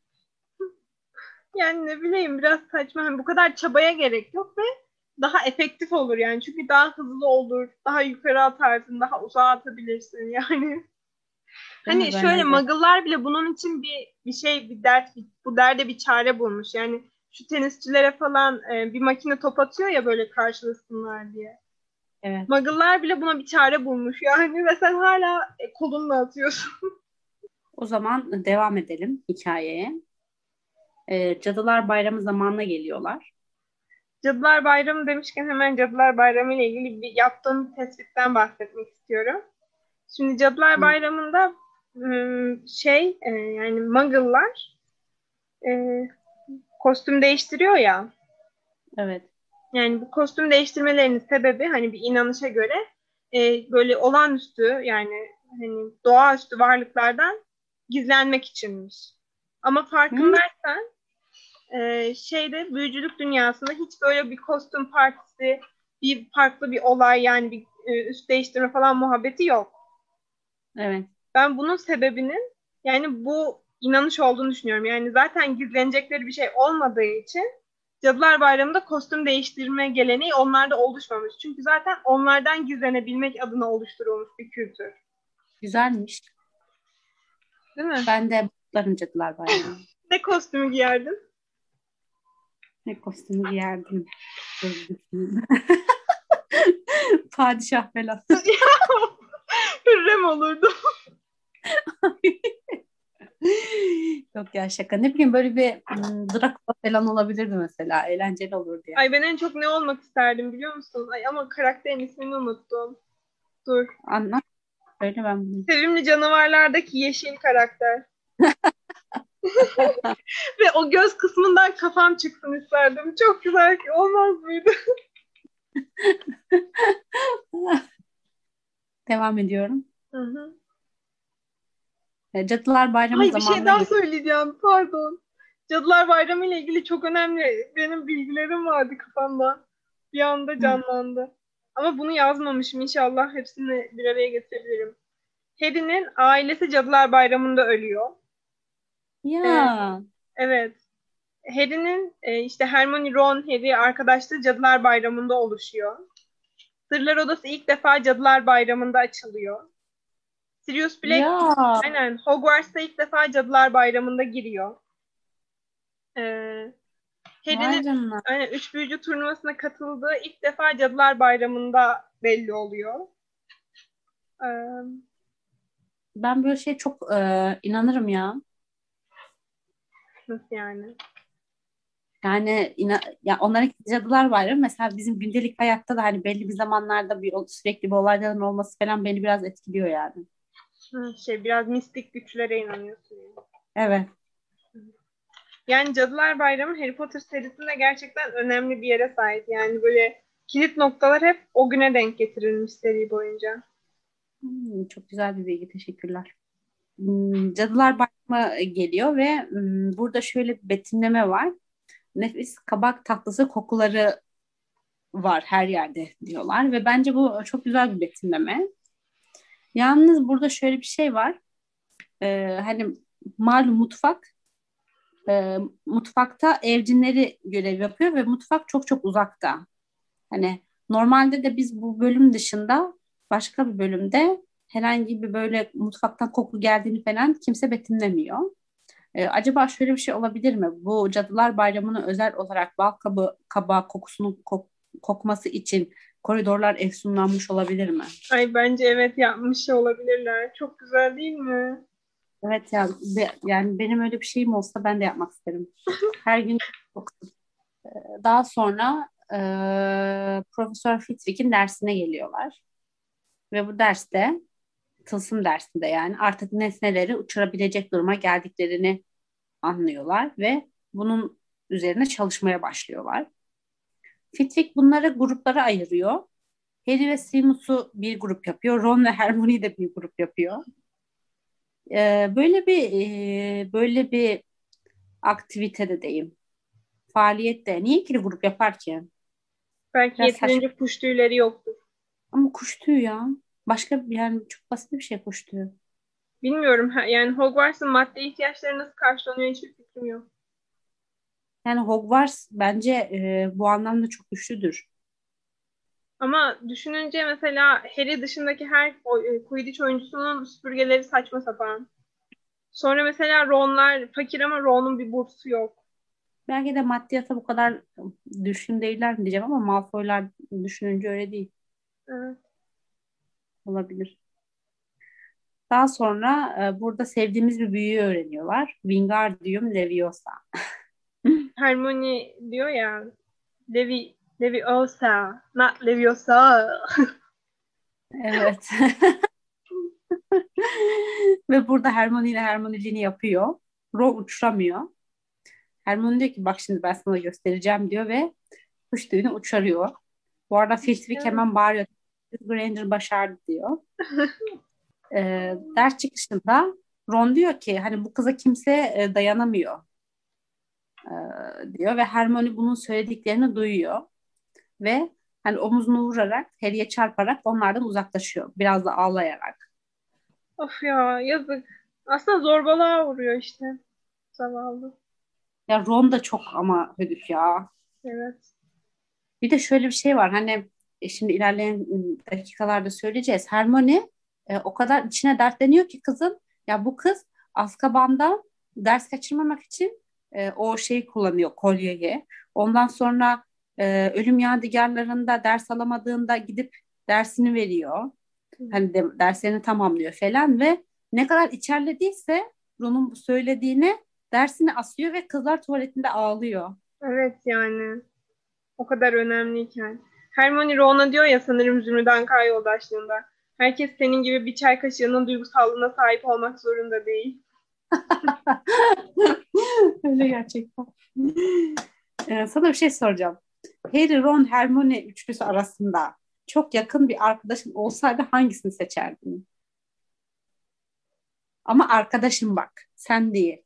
Yani ne bileyim, biraz saçma. Hani bu kadar çabaya gerek yok ve daha efektif olur yani. Çünkü daha hızlı olur. Daha yukarı atarsın. Daha uzağa atabilirsin yani.
Değil mi?
Hani şöyle
Bence de.
Muggle'lar bile bunun için bir dert, bu derde bir çare bulmuş. Yani şu tenisçilere falan bir makine top atıyor ya böyle karşılasınlar diye.
Evet.
Muggle'lar bile buna bir çare bulmuş yani ve sen hala kolunla atıyorsun.
O zaman devam edelim hikayeye. Cadılar Bayramı zamanına geliyorlar.
Cadılar Bayramı demişken hemen Cadılar Bayramı ile ilgili bir yaptığım tespitten bahsetmek istiyorum. Şimdi Cadılar
Hı,
Bayramı'nda yani Muggle'lar e, kostüm değiştiriyor ya.
evet.
Yani bu kostüm değiştirmelerinin sebebi hani bir inanışa göre böyle olağanüstü, yani hani doğaüstü varlıklardan gizlenmek içinmiş. Ama
Hı,
farkındaysan büyücülük dünyasında hiç böyle bir kostüm partisi, bir farklı bir olay, yani bir üst değiştirme falan muhabbeti yok.
evet.
Ben bunun sebebinin yani bu inanış olduğunu düşünüyorum. Yani zaten gizlenecekleri bir şey olmadığı için Cadılar Bayramı'nda kostüm değiştirme geleneği onlarda oluşmamış. Çünkü zaten onlardan gizlenebilmek adına oluşturulmuş bir kültür.
Güzelmiş.
Değil mi?
Ben de kutlarım Cadılar Bayramı.
Ne kostümü giyerdin?
Ne kostümü giyerdim. Dur düşüneyim. Padişah falan.
Hürrem olurdu.
Yok ya şaka. Ne bileyim böyle bir Dracula falan olabilirdi mesela. Eğlenceli olurdu ya.
Ay, ben en çok ne olmak isterdim biliyor musun? Ay, ama karakterin ismini unuttum. Dur.
Anlat. Söyle ben bunu.
Sevimli Canavarlardaki yeşil karakter. Ve o göz kısmından kafam çıksın isterdim. Çok güzel ki olmaz mıydı?
Devam ediyorum.
Hı hı.
Cadılar Bayramı
Ay, bir şey
zamanına
daha
geliyor.
söyleyeceğim. Pardon. Cadılar Bayramı ile ilgili çok önemli benim bilgilerim vardı kafamda. Bir anda
Hı.
canlandı. Ama bunu yazmamışım. İnşallah hepsini bir araya getirebilirim. Harry'nin ailesi Cadılar Bayramı'nda ölüyor. Ee,
Ya
evet. Harry'nin işte Hermione, Ron, Harry arkadaşlığı Cadılar Bayramı'nda oluşuyor. Sırlar Odası ilk defa Cadılar Bayramı'nda açılıyor. Sirius Black
ya
aynen Hogwarts'ta ilk defa Cadılar Bayramı'nda giriyor. Ee,
vay
Harry'nin
canına.
aynen üç büyücü turnuvasına katıldığı ilk defa Cadılar Bayramı'nda belli oluyor. Ee,
Ben böyle şey çok inanırım ya.
nasıl yani?
Yani ya onların cadılar bayramı mesela bizim gündelik hayatta da hani belli bir zamanlarda sürekli bir olayların olması falan beni biraz etkiliyor yani.
Biraz mistik güçlere inanıyorsun yani.
Evet.
Yani Cadılar Bayramı Harry Potter serisinde gerçekten önemli bir yere sahip. Yani böyle kilit noktalar hep o güne denk getirilmiş seri boyunca.
Çok güzel bir bilgi. Teşekkürler. Cadılar Bayramı geliyor ve burada şöyle bir betimleme var. Nefis kabak tatlısı kokuları var her yerde diyorlar ve bence bu çok güzel bir betimleme. Yalnız burada şöyle bir şey var. Hani malum mutfakta evcinleri görev yapıyor ve mutfak çok çok uzakta. Hani normalde de biz bu bölüm dışında başka bir bölümde herhangi bir böyle mutfaktan koku geldiğini falan kimse betimlemiyor. Acaba şöyle bir şey olabilir mi? Bu Cadılar Bayramı'na özel olarak kabağı kokusunun kokması için koridorlar efsunlanmış olabilir mi?
Ay bence evet yapmış olabilirler. Çok güzel değil mi?
Evet ya yani benim öyle bir şeyim olsa ben de yapmak isterim. Her gün daha sonra Profesör Flitwick'in dersine geliyorlar. Ve bu derste tılsım dersinde yani artık nesneleri uçurabilecek duruma geldiklerini anlıyorlar ve bunun üzerine çalışmaya başlıyorlar. Flitwick bunları gruplara ayırıyor. Harry ve Seamus'u bir grup yapıyor. Ron ve Hermione'yi de bir grup yapıyor. Böyle bir aktivite de diyeyim. Faaliyette niye ikili grup yapar ki?
Belki
Biraz saçma
yeterince push tüyleri yoktur.
ama kuş tüyü ya. Yani çok basit bir şey kuş tüyü.
Bilmiyorum. Yani Hogwarts'ın maddi ihtiyaçları nasıl karşılanıyor hiçbir fikrim yok.
Yani Hogwarts bence bu anlamda çok güçlüdür.
Ama düşününce mesela Harry dışındaki her Quidditch oyuncusunun süpürgeleri saçma sapan. Sonra mesela Ron'lar fakir ama Ron'un bir bursu yok.
Belki de maddiyata bu kadar düşkün değiller mi diyeceğim ama Malfoylar düşününce öyle değil.
Evet.
Olabilir. Daha sonra burada sevdiğimiz bir büyüyü öğreniyorlar. Wingardium Leviosa.
Hermione diyor ya Leviosa, not Leviosa.
Evet. Ve burada Hermione ile Hermioneliğini yapıyor. Ron uçuramıyor. Hermione diyor ki bak şimdi ben sana göstereceğim diyor ve kuş tüyünü uçarıyor. Bu arada Flitwick
Evet.
hemen bağırıyor. Granger başardı diyor. Ders çıkışında Ron diyor ki hani bu kıza kimse dayanamıyor diyor ve Hermione bunun söylediklerini duyuyor ve hani omuzunu vurarak Harry'e çarparak onlardan uzaklaşıyor. Biraz da ağlayarak.
Of ya yazık. Aslında zorbalığa uğruyor işte. Zavallı.
Ya Ron da çok ama hödük ya.
Evet.
Bir de şöyle bir şey var hani şimdi ilerleyen dakikalarda söyleyeceğiz. Hermione o kadar içine dertleniyor ki kızın ya bu kız Azkaban'da ders kaçırmamak için o şeyi kullanıyor kolyeyi. Ondan sonra ölüm yadigarlarında ders alamadığında gidip dersini veriyor. Hani derslerini tamamlıyor falan ve ne kadar içerlediyse Ron'un bu söylediğini dersini asıyor ve kızlar tuvaletinde ağlıyor.
Evet yani. O kadar önemliyken. Hermione Ron'a diyor ya sanırım Zümrüt yoldaşlığında. Herkes senin gibi bir çay kaşığının duygusallığına sahip olmak zorunda değil.
Öyle gerçekten. Sana bir şey soracağım. Harry, Ron, Hermione üçlüsü arasında çok yakın bir arkadaşın olsaydı hangisini seçerdin? Ama arkadaşın bak, sen değil.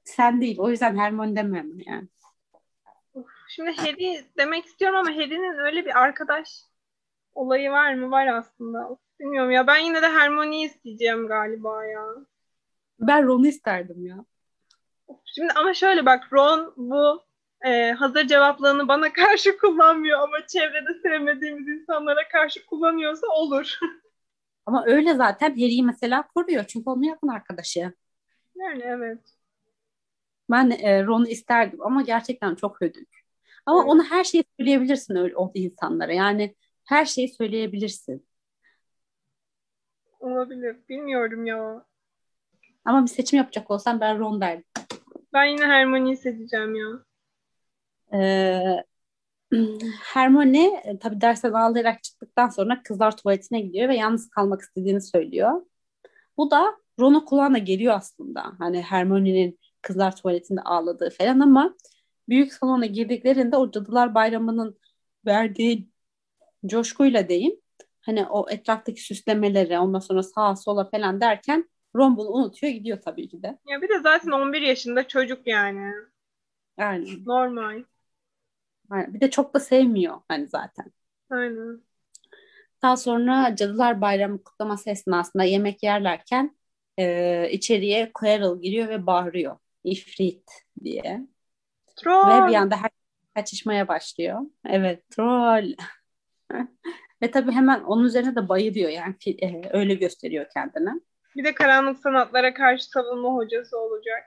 Sen değil. O yüzden Hermione demem yani.
Şimdi Harry demek istiyorum ama Harry'nin öyle bir arkadaş olayı var mı? Var aslında. Bilmiyorum ya. Ben yine de Hermione'yi isteyeceğim galiba ya.
Ben Ron'u isterdim ya.
Şimdi ama şöyle bak, Ron bu hazır cevaplığını bana karşı kullanmıyor ama çevrede sevmediğimiz insanlara karşı kullanıyorsa olur.
Ama öyle zaten Harry'i mesela koruyor. Çünkü onun yakın arkadaşı.
Yani evet.
Ben Ron'u isterdim ama gerçekten çok ödül. Ama
Evet.
ona her şeyi söyleyebilirsin öyle o insanlara. Yani her şeyi söyleyebilirsin.
Olabilir. Bilmiyorum ya.
Ama bir seçim yapacak olsam ben Ron derdim.
Ben yine Hermione'yi seçeceğim ya.
Ee, Hermione tabii dersten ağlayarak çıktıktan sonra kızlar tuvaletine gidiyor ve yalnız kalmak istediğini söylüyor. Bu da Ron'un kulağına geliyor aslında. Hani Hermione'nin kızlar tuvaletinde ağladığı falan ama büyük salona girdiklerinde o Cadılar Bayramı'nın verdiği coşkuyla diyeyim. Hani o etraftaki süslemeleri ondan sonra sağa sola falan derken Ron bunu unutuyor gidiyor tabii ki de.
Ya bir de zaten 11 yaşında çocuk yani.
Yani,
Normal.
bir de çok da sevmiyor hani zaten.
Aynen.
Daha sonra Cadılar Bayramı kutlaması esnasında yemek yerlerken içeriye Quirrell giriyor ve bağırıyor. İfrit diye. Ve bir
Troll.
anda her kaçışmaya başlıyor. Evet, troll. Ve tabii hemen onun üzerine de bayılıyor yani öyle gösteriyor kendini.
Bir de karanlık sanatlara karşı savunma hocası olacak.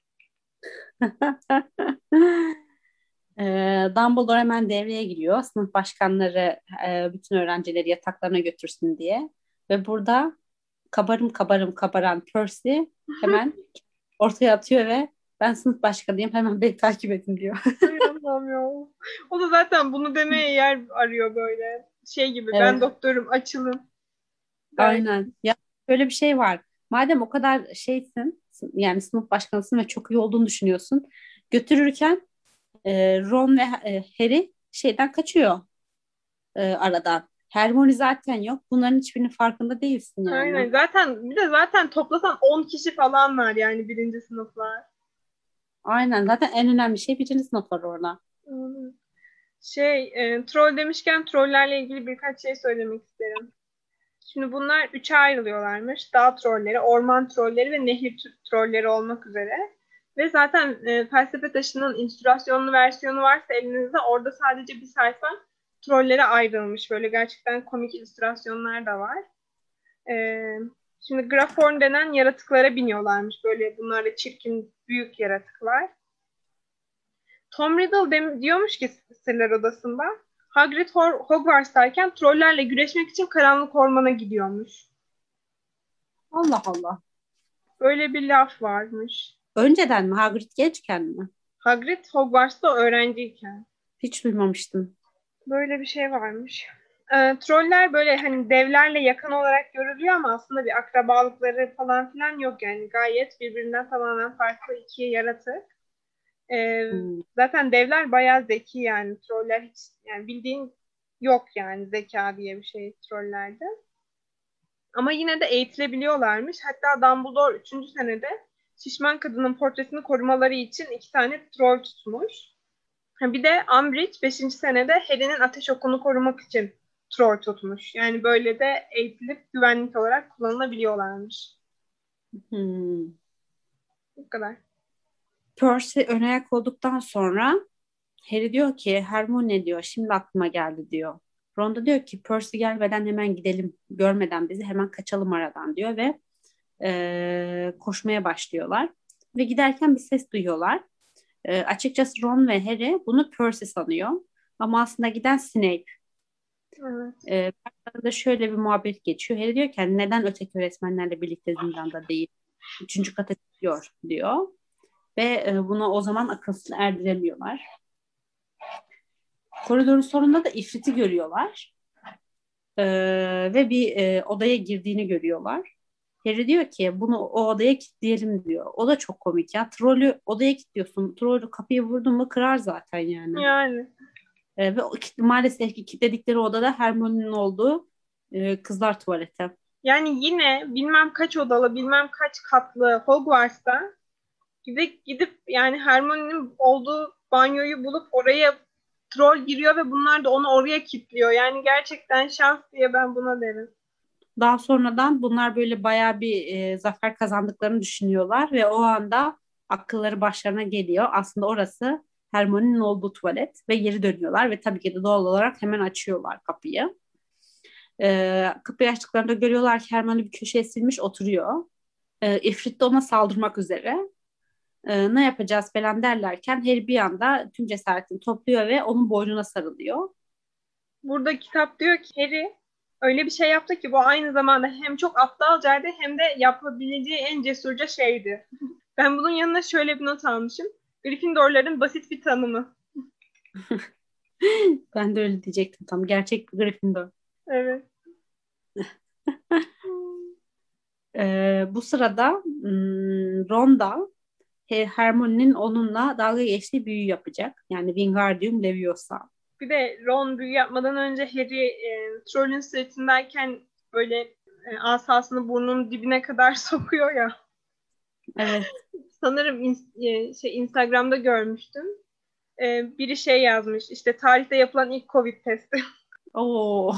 Dumbledore hemen devreye giriyor. Sınıf başkanları bütün öğrencileri yataklarına götürsün diye. Ve burada kabarım kabarım kabaran Percy hemen ortaya atıyor ve ben sınıf başkanıyım hemen beni takip edin diyor.
Ay Allah'ım ya. O da zaten bunu demeye yer arıyor böyle. Şey gibi, ben
Evet,
doktorum, açılın der.
aynen. Ya böyle bir şey var. Madem o kadar şeysin, yani sınıf başkanısın ve çok iyi olduğunu düşünüyorsun. Götürürken Ron ve Harry şeyden kaçıyor aradan. Hermione zaten yok. Bunların hiçbirinin farkında değilsin
Aynen.
yani.
Zaten bir de zaten toplasan 10 kişi falan var yani birinci sınıflar.
Aynen. Zaten en önemli şey birinci sınıflar orada.
Hmm. Troll demişken trollerle ilgili birkaç şey söylemek isterim. Şimdi bunlar üçe ayrılıyorlarmış. Dağ trolleri, orman trolleri ve nehir trolleri olmak üzere. Ve zaten felsefe taşının illüstrasyonlu versiyonu varsa elinizde, orada sadece bir sayfa trollere ayrılmış. Böyle gerçekten komik illüstrasyonlar da var. E, Şimdi Grafforn denen yaratıklara biniyorlarmış. Böyle bunlar da çirkin büyük yaratıklar. Tom Riddle diyormuş ki Sırlar Odası'nda, Hagrid Hogwarts'tayken trollerle güreşmek için karanlık ormana gidiyormuş.
Allah Allah.
Böyle bir laf varmış.
Önceden mi? Hagrid gençken mi?
Hagrid Hogwarts'ta öğrenciyken.
Hiç duymamıştım.
Böyle bir şey varmış. Troller böyle hani devlerle yakın olarak görülüyor ama aslında bir akrabalıkları falan filan yok yani. Gayet birbirinden tamamen farklı iki yaratık.
Hmm.
Zaten devler bayağı zeki yani. Troller hiç yani bildiğin yok yani, zeka diye bir şey trollerde. Ama yine de eğitilebiliyorlarmış. Hatta Dumbledore 3. senede şişman kadının portresini korumaları için 2 tane troll tutmuş. Bir de Umbridge 5. senede Harry'nin ateş okunu korumak için troll tutmuş. Yani böyle de eğitilip güvenlik olarak kullanılabiliyorlarmış.
Hmm.
Bu kadar.
Percy ön ayak olduktan sonra Harry diyor ki Hermione diyor şimdi aklıma geldi diyor. Ron da diyor ki Percy gelmeden hemen gidelim. Görmeden bizi hemen kaçalım aradan diyor ve koşmaya başlıyorlar. Ve giderken bir ses duyuyorlar. Açıkçası Ron ve Harry bunu Percy sanıyor. Ama aslında giden Snape.
Evet.
Başlarında şöyle bir muhabbet geçiyor. Harry diyor ki hani neden öteki öğretmenlerle birlikte zindanda değil? Üçüncü kata çıkıyor diyor. Ve buna o zaman akıl erdiremiyorlar. Koridorun sonunda da İfrit'i görüyorlar. Ve bir odaya girdiğini görüyorlar. Harry diyor ki bunu o odaya kilitleyelim diyor. O da çok komik ya. Trollü odaya kilitliyorsun. Trollü kapıyı vurdun mu kırar zaten yani.
Yani.
Ve maalesef ki kilitledikleri odada Hermione'nin olduğu kızlar tuvaleti.
Yani yine bilmem kaç odalı, bilmem kaç katlı Hogwarts'ta Gidip yani Hermione'nin olduğu banyoyu bulup oraya troll giriyor ve bunlar da onu oraya kilitliyor. Yani gerçekten şans diye ben buna derim.
Daha sonradan bunlar böyle bayağı bir zafer kazandıklarını düşünüyorlar ve o anda akılları başlarına geliyor. Aslında orası Hermione'nin olduğu tuvalet ve geri dönüyorlar ve tabii ki de doğal olarak hemen açıyorlar kapıyı. Kapıyı açtıklarında görüyorlar ki Hermione bir köşeye silmiş oturuyor. İfrit de ona saldırmak üzere. Ne yapacağız falan derlerken Harry bir anda tüm cesaretini topluyor ve onun boynuna sarılıyor.
Burada kitap diyor ki Harry öyle bir şey yaptı ki bu aynı zamanda hem çok aptalcaydı hem de yapabileceği en cesurca şeydi. Ben bunun yanına şöyle bir not almışım. Gryffindorların basit bir tanımı.
Ben de öyle diyecektim tam. Gerçek bir Gryffindor.
Evet.
Bu sırada Ron da Hermione'nin onunla dalga geçtiği büyü yapacak. Yani Wingardium Leviosa.
Bir de Ron büyü yapmadan önce Harry trollün sırtındayken böyle asasını burnunun dibine kadar sokuyor ya.
Evet.
Sanırım Instagram'da görmüştüm. Biri şey yazmış. İşte tarihte yapılan ilk Covid testi.
Oo.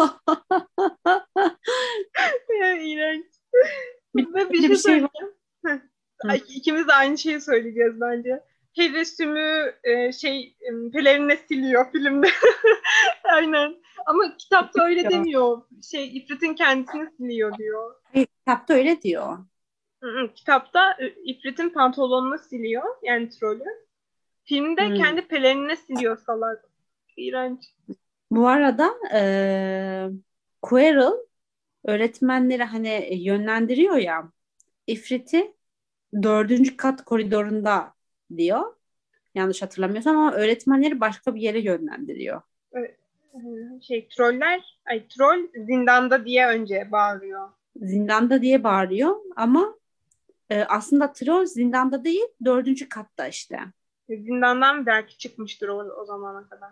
Yani İğrenç. Ve
Bir şey var.
İkimiz de aynı şeyi söyleyeceğiz bence. Harry sümüğü pelerinle siliyor filmde. Aynen. Ama kitapta öyle demiyor. İfrit'in kendisini siliyor diyor.
Hayır, kitapta öyle diyor.
Kitapta İfrit'in pantolonunu siliyor. Yani trolü. Filmde kendi pelerinine siliyor salak. İğrenç.
Bu arada Quirrell öğretmenleri hani yönlendiriyor ya, İfrit'i 4. kat koridorunda diyor. Yanlış hatırlamıyorsam ama öğretmenleri başka bir yere yönlendiriyor.
Troll zindanda diye önce bağırıyor.
Zindanda diye bağırıyor ama aslında troll zindanda değil 4. katta işte.
Zindandan belki çıkmıştır o zamana kadar.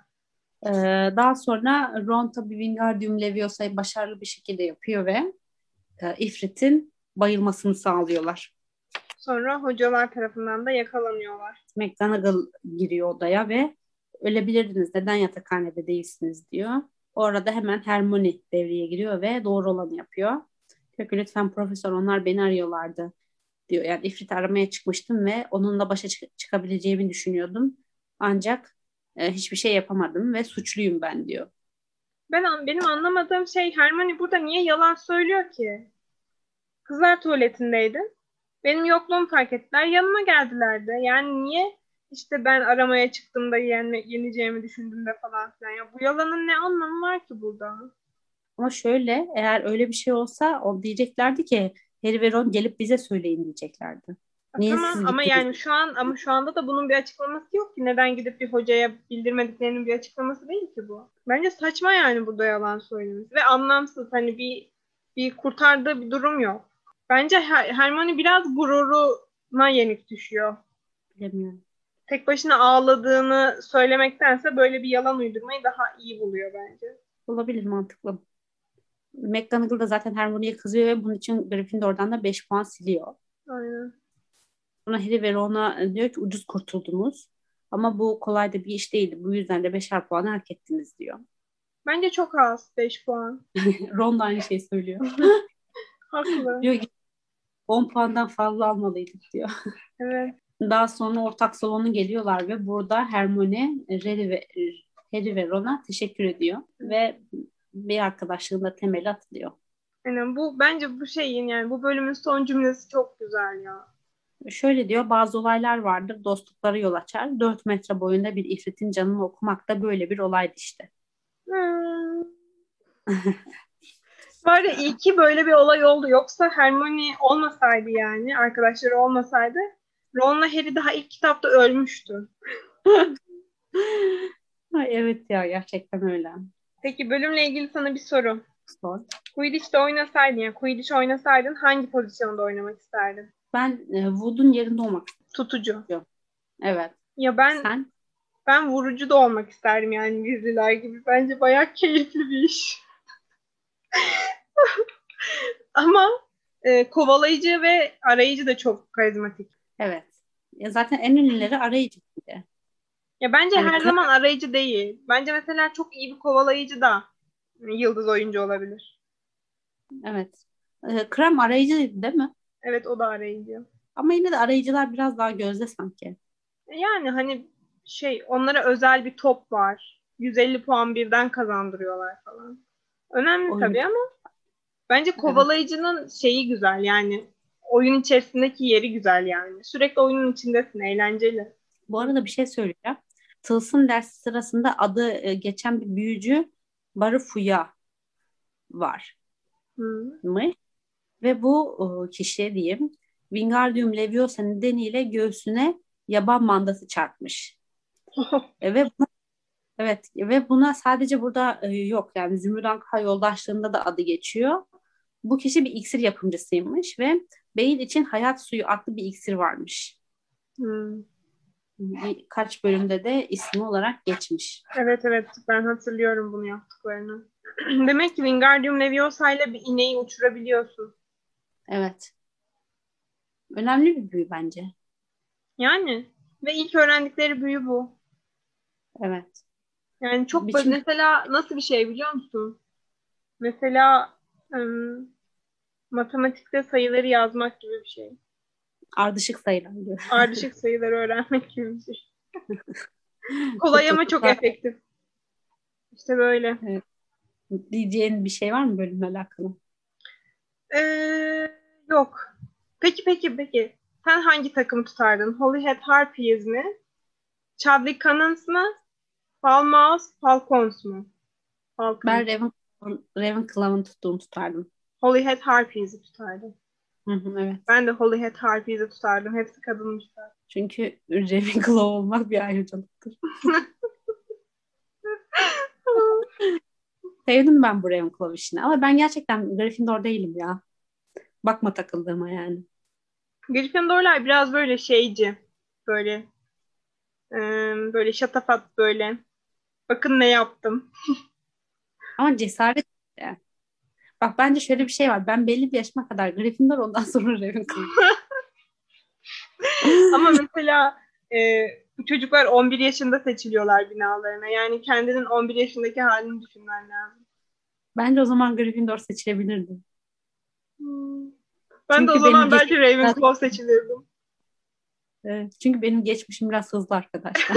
Daha sonra Ron tabii Wingardium Leviosa'yı başarılı bir şekilde yapıyor ve İfrit'in bayılmasını sağlıyorlar.
Sonra hocalar tarafından da yakalanıyorlar.
McGonagall giriyor odaya ve ölebilirdiniz, neden yatakhanede değilsiniz diyor. Orada hemen Hermione devreye giriyor ve doğru olanı yapıyor. Diyor ki lütfen profesör, onlar beni arıyorlardı diyor. Yani İfrit'i aramaya çıkmıştım ve onunla başa çıkabileceğimi düşünüyordum. Ancak hiçbir şey yapamadım ve suçluyum ben diyor.
Benim anlamadığım şey Hermione burada niye yalan söylüyor ki? Kızlar tuvaletindeydi. Benim yokluğumu fark ettiler. Yanıma geldiler de. Yani niye işte ben aramaya çıktığımda yeneceğimi düşündüğümde falan filan. Ya bu yalanın ne anlamı var ki burada?
Ama şöyle, eğer öyle bir şey olsa o diyeceklerdi ki Harry ve Ron gelip bize söyleyin diyeceklerdi. Niye
Tamam
siz
ama
gittiniz?
yani şu anda da bunun bir açıklaması yok ki. Neden gidip bir hocaya bildirmediklerinin bir açıklaması değil ki bu. Bence saçma yani burada yalan söylemesi ve anlamsız. Hani bir kurtardığı bir durum yok. Bence Hermione biraz gururuna yenik düşüyor.
Bilemiyorum.
Tek başına ağladığını söylemektense böyle bir yalan uydurmayı daha iyi buluyor bence.
Olabilir, mantıklı. McGonagall da zaten Hermione'ye kızıyor ve bunun için Gryffindor'dan da 5 puan siliyor.
Aynen.
Sonra Harry ve Ron'a diyor ki ucuz kurtuldunuz. Ama bu kolay da bir iş değildi. Bu yüzden de 5'er puanı hak ettiniz diyor.
Bence çok az 5 puan.
Ron da aynı şeyi söylüyor.
Haklı.
Diyor ki 10 puandan fazla almalıydık diyor.
Evet.
Daha sonra ortak salona geliyorlar ve burada Hermione Harry ve Ron'a teşekkür ediyor ve bir arkadaşlığında temeli atılıyor.
Yani bence bu şeyin yani bu bölümün son cümlesi çok güzel ya.
Şöyle diyor, bazı olaylar vardır, dostluklara yol açar. 4 metre boyunda bir ifritin canını okumak da böyle bir olaydı işte.
Var ya iyi ki böyle bir olay oldu. Yoksa Hermione olmasaydı yani arkadaşları olmasaydı Ron'la Harry daha ilk kitapta ölmüştü.
Ay, evet ya, gerçekten öyle.
Peki bölümle ilgili sana bir soru.
Sor.
Quidditch oynasaydın hangi pozisyonda oynamak isterdin?
Ben Wood'un yerinde olmak
Tutucu.
istiyorum. Evet.
Ya
Sen?
ben vurucu da olmak isterdim yani Weasley'ler gibi. Bence bayağı keyifli bir iş. Ama kovalayıcı ve arayıcı da çok karizmatik.
Evet. Zaten en ünlüleri arayıcı.
Ya bence
Hani
her zaman arayıcı değil. Bence mesela çok iyi bir kovalayıcı da yıldız oyuncu olabilir.
evet. Krem arayıcıydı değil mi?
Evet, o da arayıcı.
Ama yine de arayıcılar biraz daha gözde sanki.
Yani hani onlara özel bir top var. 150 puan birden kazandırıyorlar falan. Önemli
Oyun.
tabii ama bence
Evet.
kovalayıcının şeyi güzel yani. Oyun içerisindeki yeri güzel yani. Sürekli oyunun içindesin, eğlenceli.
Bu arada bir şey söyleyeceğim. Tılsım dersi sırasında adı geçen bir büyücü Barufuya var.
Hı.
Ve bu kişi diyeyim Wingardium Leviosa nedeniyle göğsüne yaban mandası çarpmış. Ve evet ve buna sadece burada yok yani Zümrüt Anka yoldaşlığında da adı geçiyor. Bu kişi bir iksir yapımcısıymış ve beyin için hayat suyu adlı bir iksir varmış.
Hı.
Birkaç bölümde de ismi olarak geçmiş.
Evet, evet, ben hatırlıyorum bunu yaptıklarını. Demek ki Wingardium Leviosa ile bir ineği uçurabiliyorsun.
Evet. Önemli bir büyü bence.
Yani ve ilk öğrendikleri büyü bu.
Evet.
Yani çok
Biçim
mesela nasıl bir şey biliyor musun? Mesela matematikte sayıları yazmak gibi bir şey.
ardışık sayılar diyor.
Ardışık sayıları öğrenmek gibi bir şey. Kolay ama çok
Fotoğraflar.
efektif. İşte böyle.
Evet. Diyeceğin bir şey var mı bölümle alakalı?
Yok. Peki. Sen hangi takımı tutardın? Holyhead Harpies mi? Chadwick Cannons mı? Falmouth Falcons mu? Falcons.
Ben Ravenclaw'ın tuttuğumu tutardım.
Holyhead Harpies'i tutardım.
Hı hı, evet.
Ben de Holyhead Harpies'i tutardım. Hepsi kadınmışlar.
Çünkü Ravenclaw olmak bir ayrıcalıktır. Sevdim ben bu Ravenclaw işini. Ama ben gerçekten Gryffindor değilim ya. Bakma takıldığıma yani.
Gryffindorlar biraz böyle şeyci. Böyle böyle şatafat böyle. Bakın ne yaptım.
Ama cesaret de. Bak bence şöyle bir şey var. Ben belli bir yaşıma kadar Gryffindor ondan sonra Ravenclaw.
Ama mesela e, bu çocuklar 11 yaşında seçiliyorlar binalarına. Yani kendinin 11 yaşındaki halini düşünmen lazım.
Bence o zaman Gryffindor seçilebilirdi.
Hmm. Ben de o
Çünkü benim
zaman belki
geçmişim biraz,
Ravenclaw seçilirdim.
çünkü benim geçmişim biraz hızlı arkadaşlar.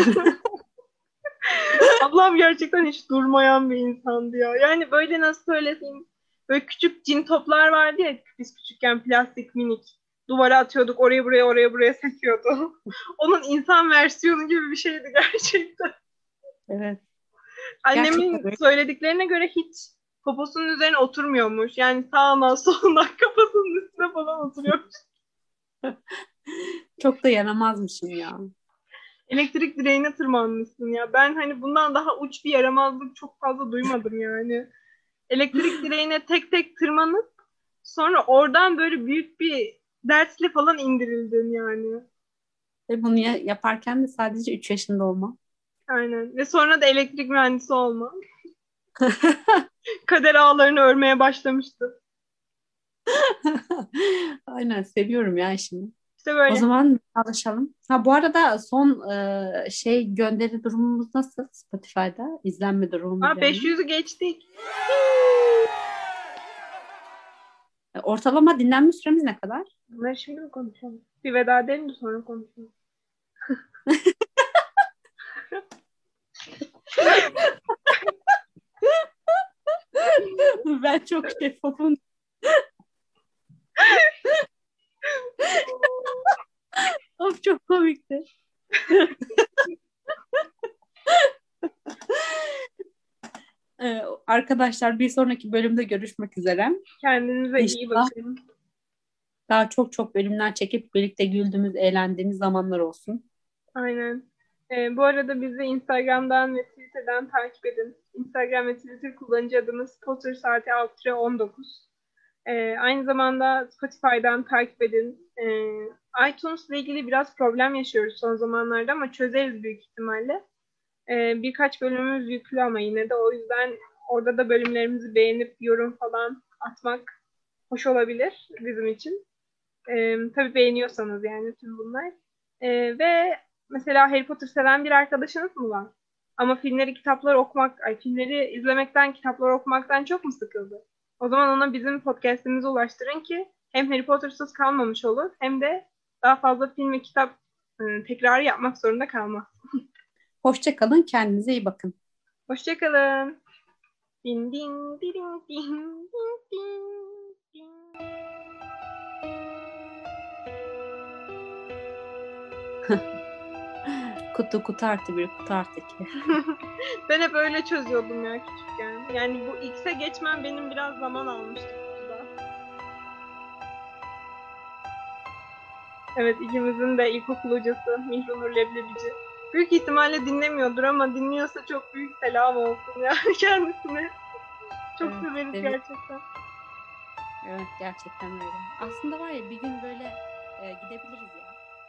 Ablam gerçekten hiç durmayan bir insandı ya. Yani böyle nasıl söyleseyim. Böyle küçük cin toplar vardı ya biz küçükken, plastik minik. Duvara atıyorduk, oraya buraya sekiyordu. Onun insan versiyonu gibi bir şeydi gerçekten.
Evet. Gerçekten
Annemin
öyle.
söylediklerine göre hiç poposunun üzerine oturmuyormuş. Yani sağına soluna kafasının üstüne falan oturuyormuş.
Çok da yaramazmışım ya.
Elektrik direğine tırmanmışsın ya. Ben hani bundan daha uç bir yaramazlık çok fazla duymadım yani. Elektrik direğine tek tek tırmanıp sonra oradan böyle büyük bir dersle falan indirildin yani.
Ve bunu yaparken de sadece 3 yaşında olmam.
Aynen. Ve sonra da elektrik mühendisi olma. Kader ağlarını örmeye başlamıştı.
Aynen seviyorum ya işimi.
İşte
O
böyle.
zaman çalışalım. Ha bu arada son gönderi durumumuz nasıl Spotify'da? İzlenme durumumuz
Aa,
yani.
500'ü geçtik.
Ortalama dinlenme süremiz ne kadar?
Bunları şimdi mi konuşalım? Bir veda edelim de sonra konuşalım.
Ben çok şeffafım. Of çok komikti. Arkadaşlar bir sonraki bölümde görüşmek üzere.
Kendinize iyi
İnşallah
bakın.
daha çok çok bölümler çekip birlikte güldüğümüz, eğlendiğimiz zamanlar olsun.
Aynen. Bu arada bizi Instagram'dan ve Twitter'dan takip edin. Instagram ve Twitter kullanıcı adımız Potter Saati 19. Aynı zamanda Spotify'dan takip edin. iTunes ile ilgili biraz problem yaşıyoruz son zamanlarda ama çözeriz büyük ihtimalle. Birkaç bölümümüz yüklü ama yine de o yüzden orada da bölümlerimizi beğenip yorum falan atmak hoş olabilir bizim için. Tabii beğeniyorsanız yani tüm bunlar. Ve mesela Harry Potter seven bir arkadaşınız mı var? Ama filmleri izlemekten, kitapları okumaktan çok mu sıkıldı? O zaman ona bizim podcast'imizi ulaştırın ki hem Harry Potter'sız kalmamış olur hem de daha fazla film ve kitap tekrarı yapmak zorunda kalmaz.
Hoşça kalın, kendinize iyi bakın.
Hoşça kalın. Din din din din din din din.
Kutu artı 1, kutu artı 2.
Ben hep öyle çözüyordum ya küçükken. Yani bu X'e geçmem benim biraz zaman almıştı kutuda. Evet, ikimizin de ilkokul hocası Mihrunur Leblebici. Büyük ihtimalle dinlemiyordur ama dinliyorsa çok büyük selam olsun yani kendisine. Çok severiz gerçekten.
Evet, gerçekten öyle. Aslında var ya, bir gün böyle gidebiliriz ya.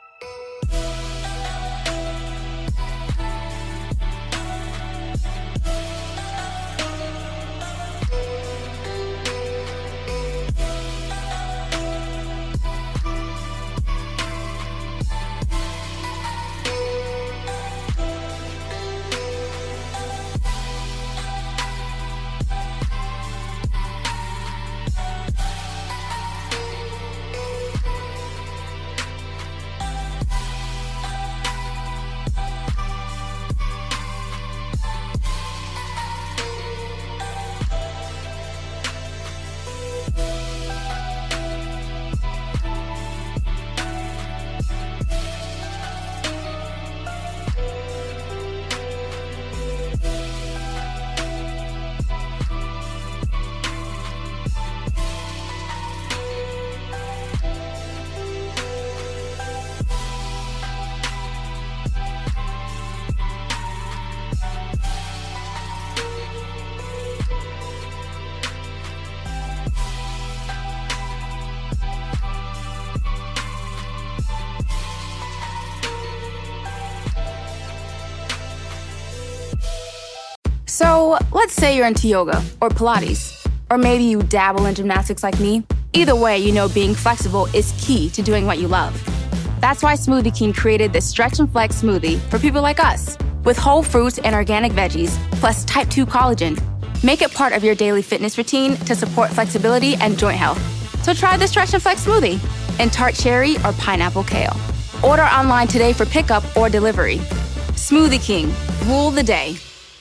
So, let's say you're into yoga or Pilates, or maybe you dabble in gymnastics like me. Either way, you know being flexible is key to doing what you love. That's why Smoothie King created the Stretch and Flex smoothie for people like us, with whole fruits and organic veggies, plus type 2 collagen. Make it part of your daily fitness routine to support flexibility and joint health. So try the Stretch and Flex smoothie in tart cherry or pineapple kale. Order online today for pickup or delivery. Smoothie King, rule the day.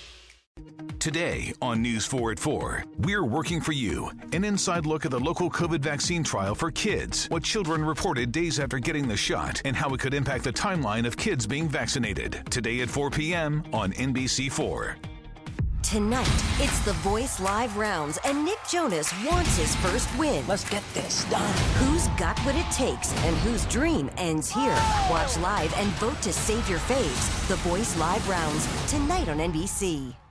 Today on News 4 at 4, we're working for you. An inside look at the local COVID vaccine trial for kids, what children reported days after getting the shot, and how it could impact the timeline of kids being vaccinated. Today at 4 p.m. on NBC4.
Tonight, it's The Voice Live rounds, and Nick Jonas wants his first win.
Let's get this done.
Who's got what it takes and whose dream ends here? Watch live and vote to save your faves. The Voice Live rounds, tonight on NBC.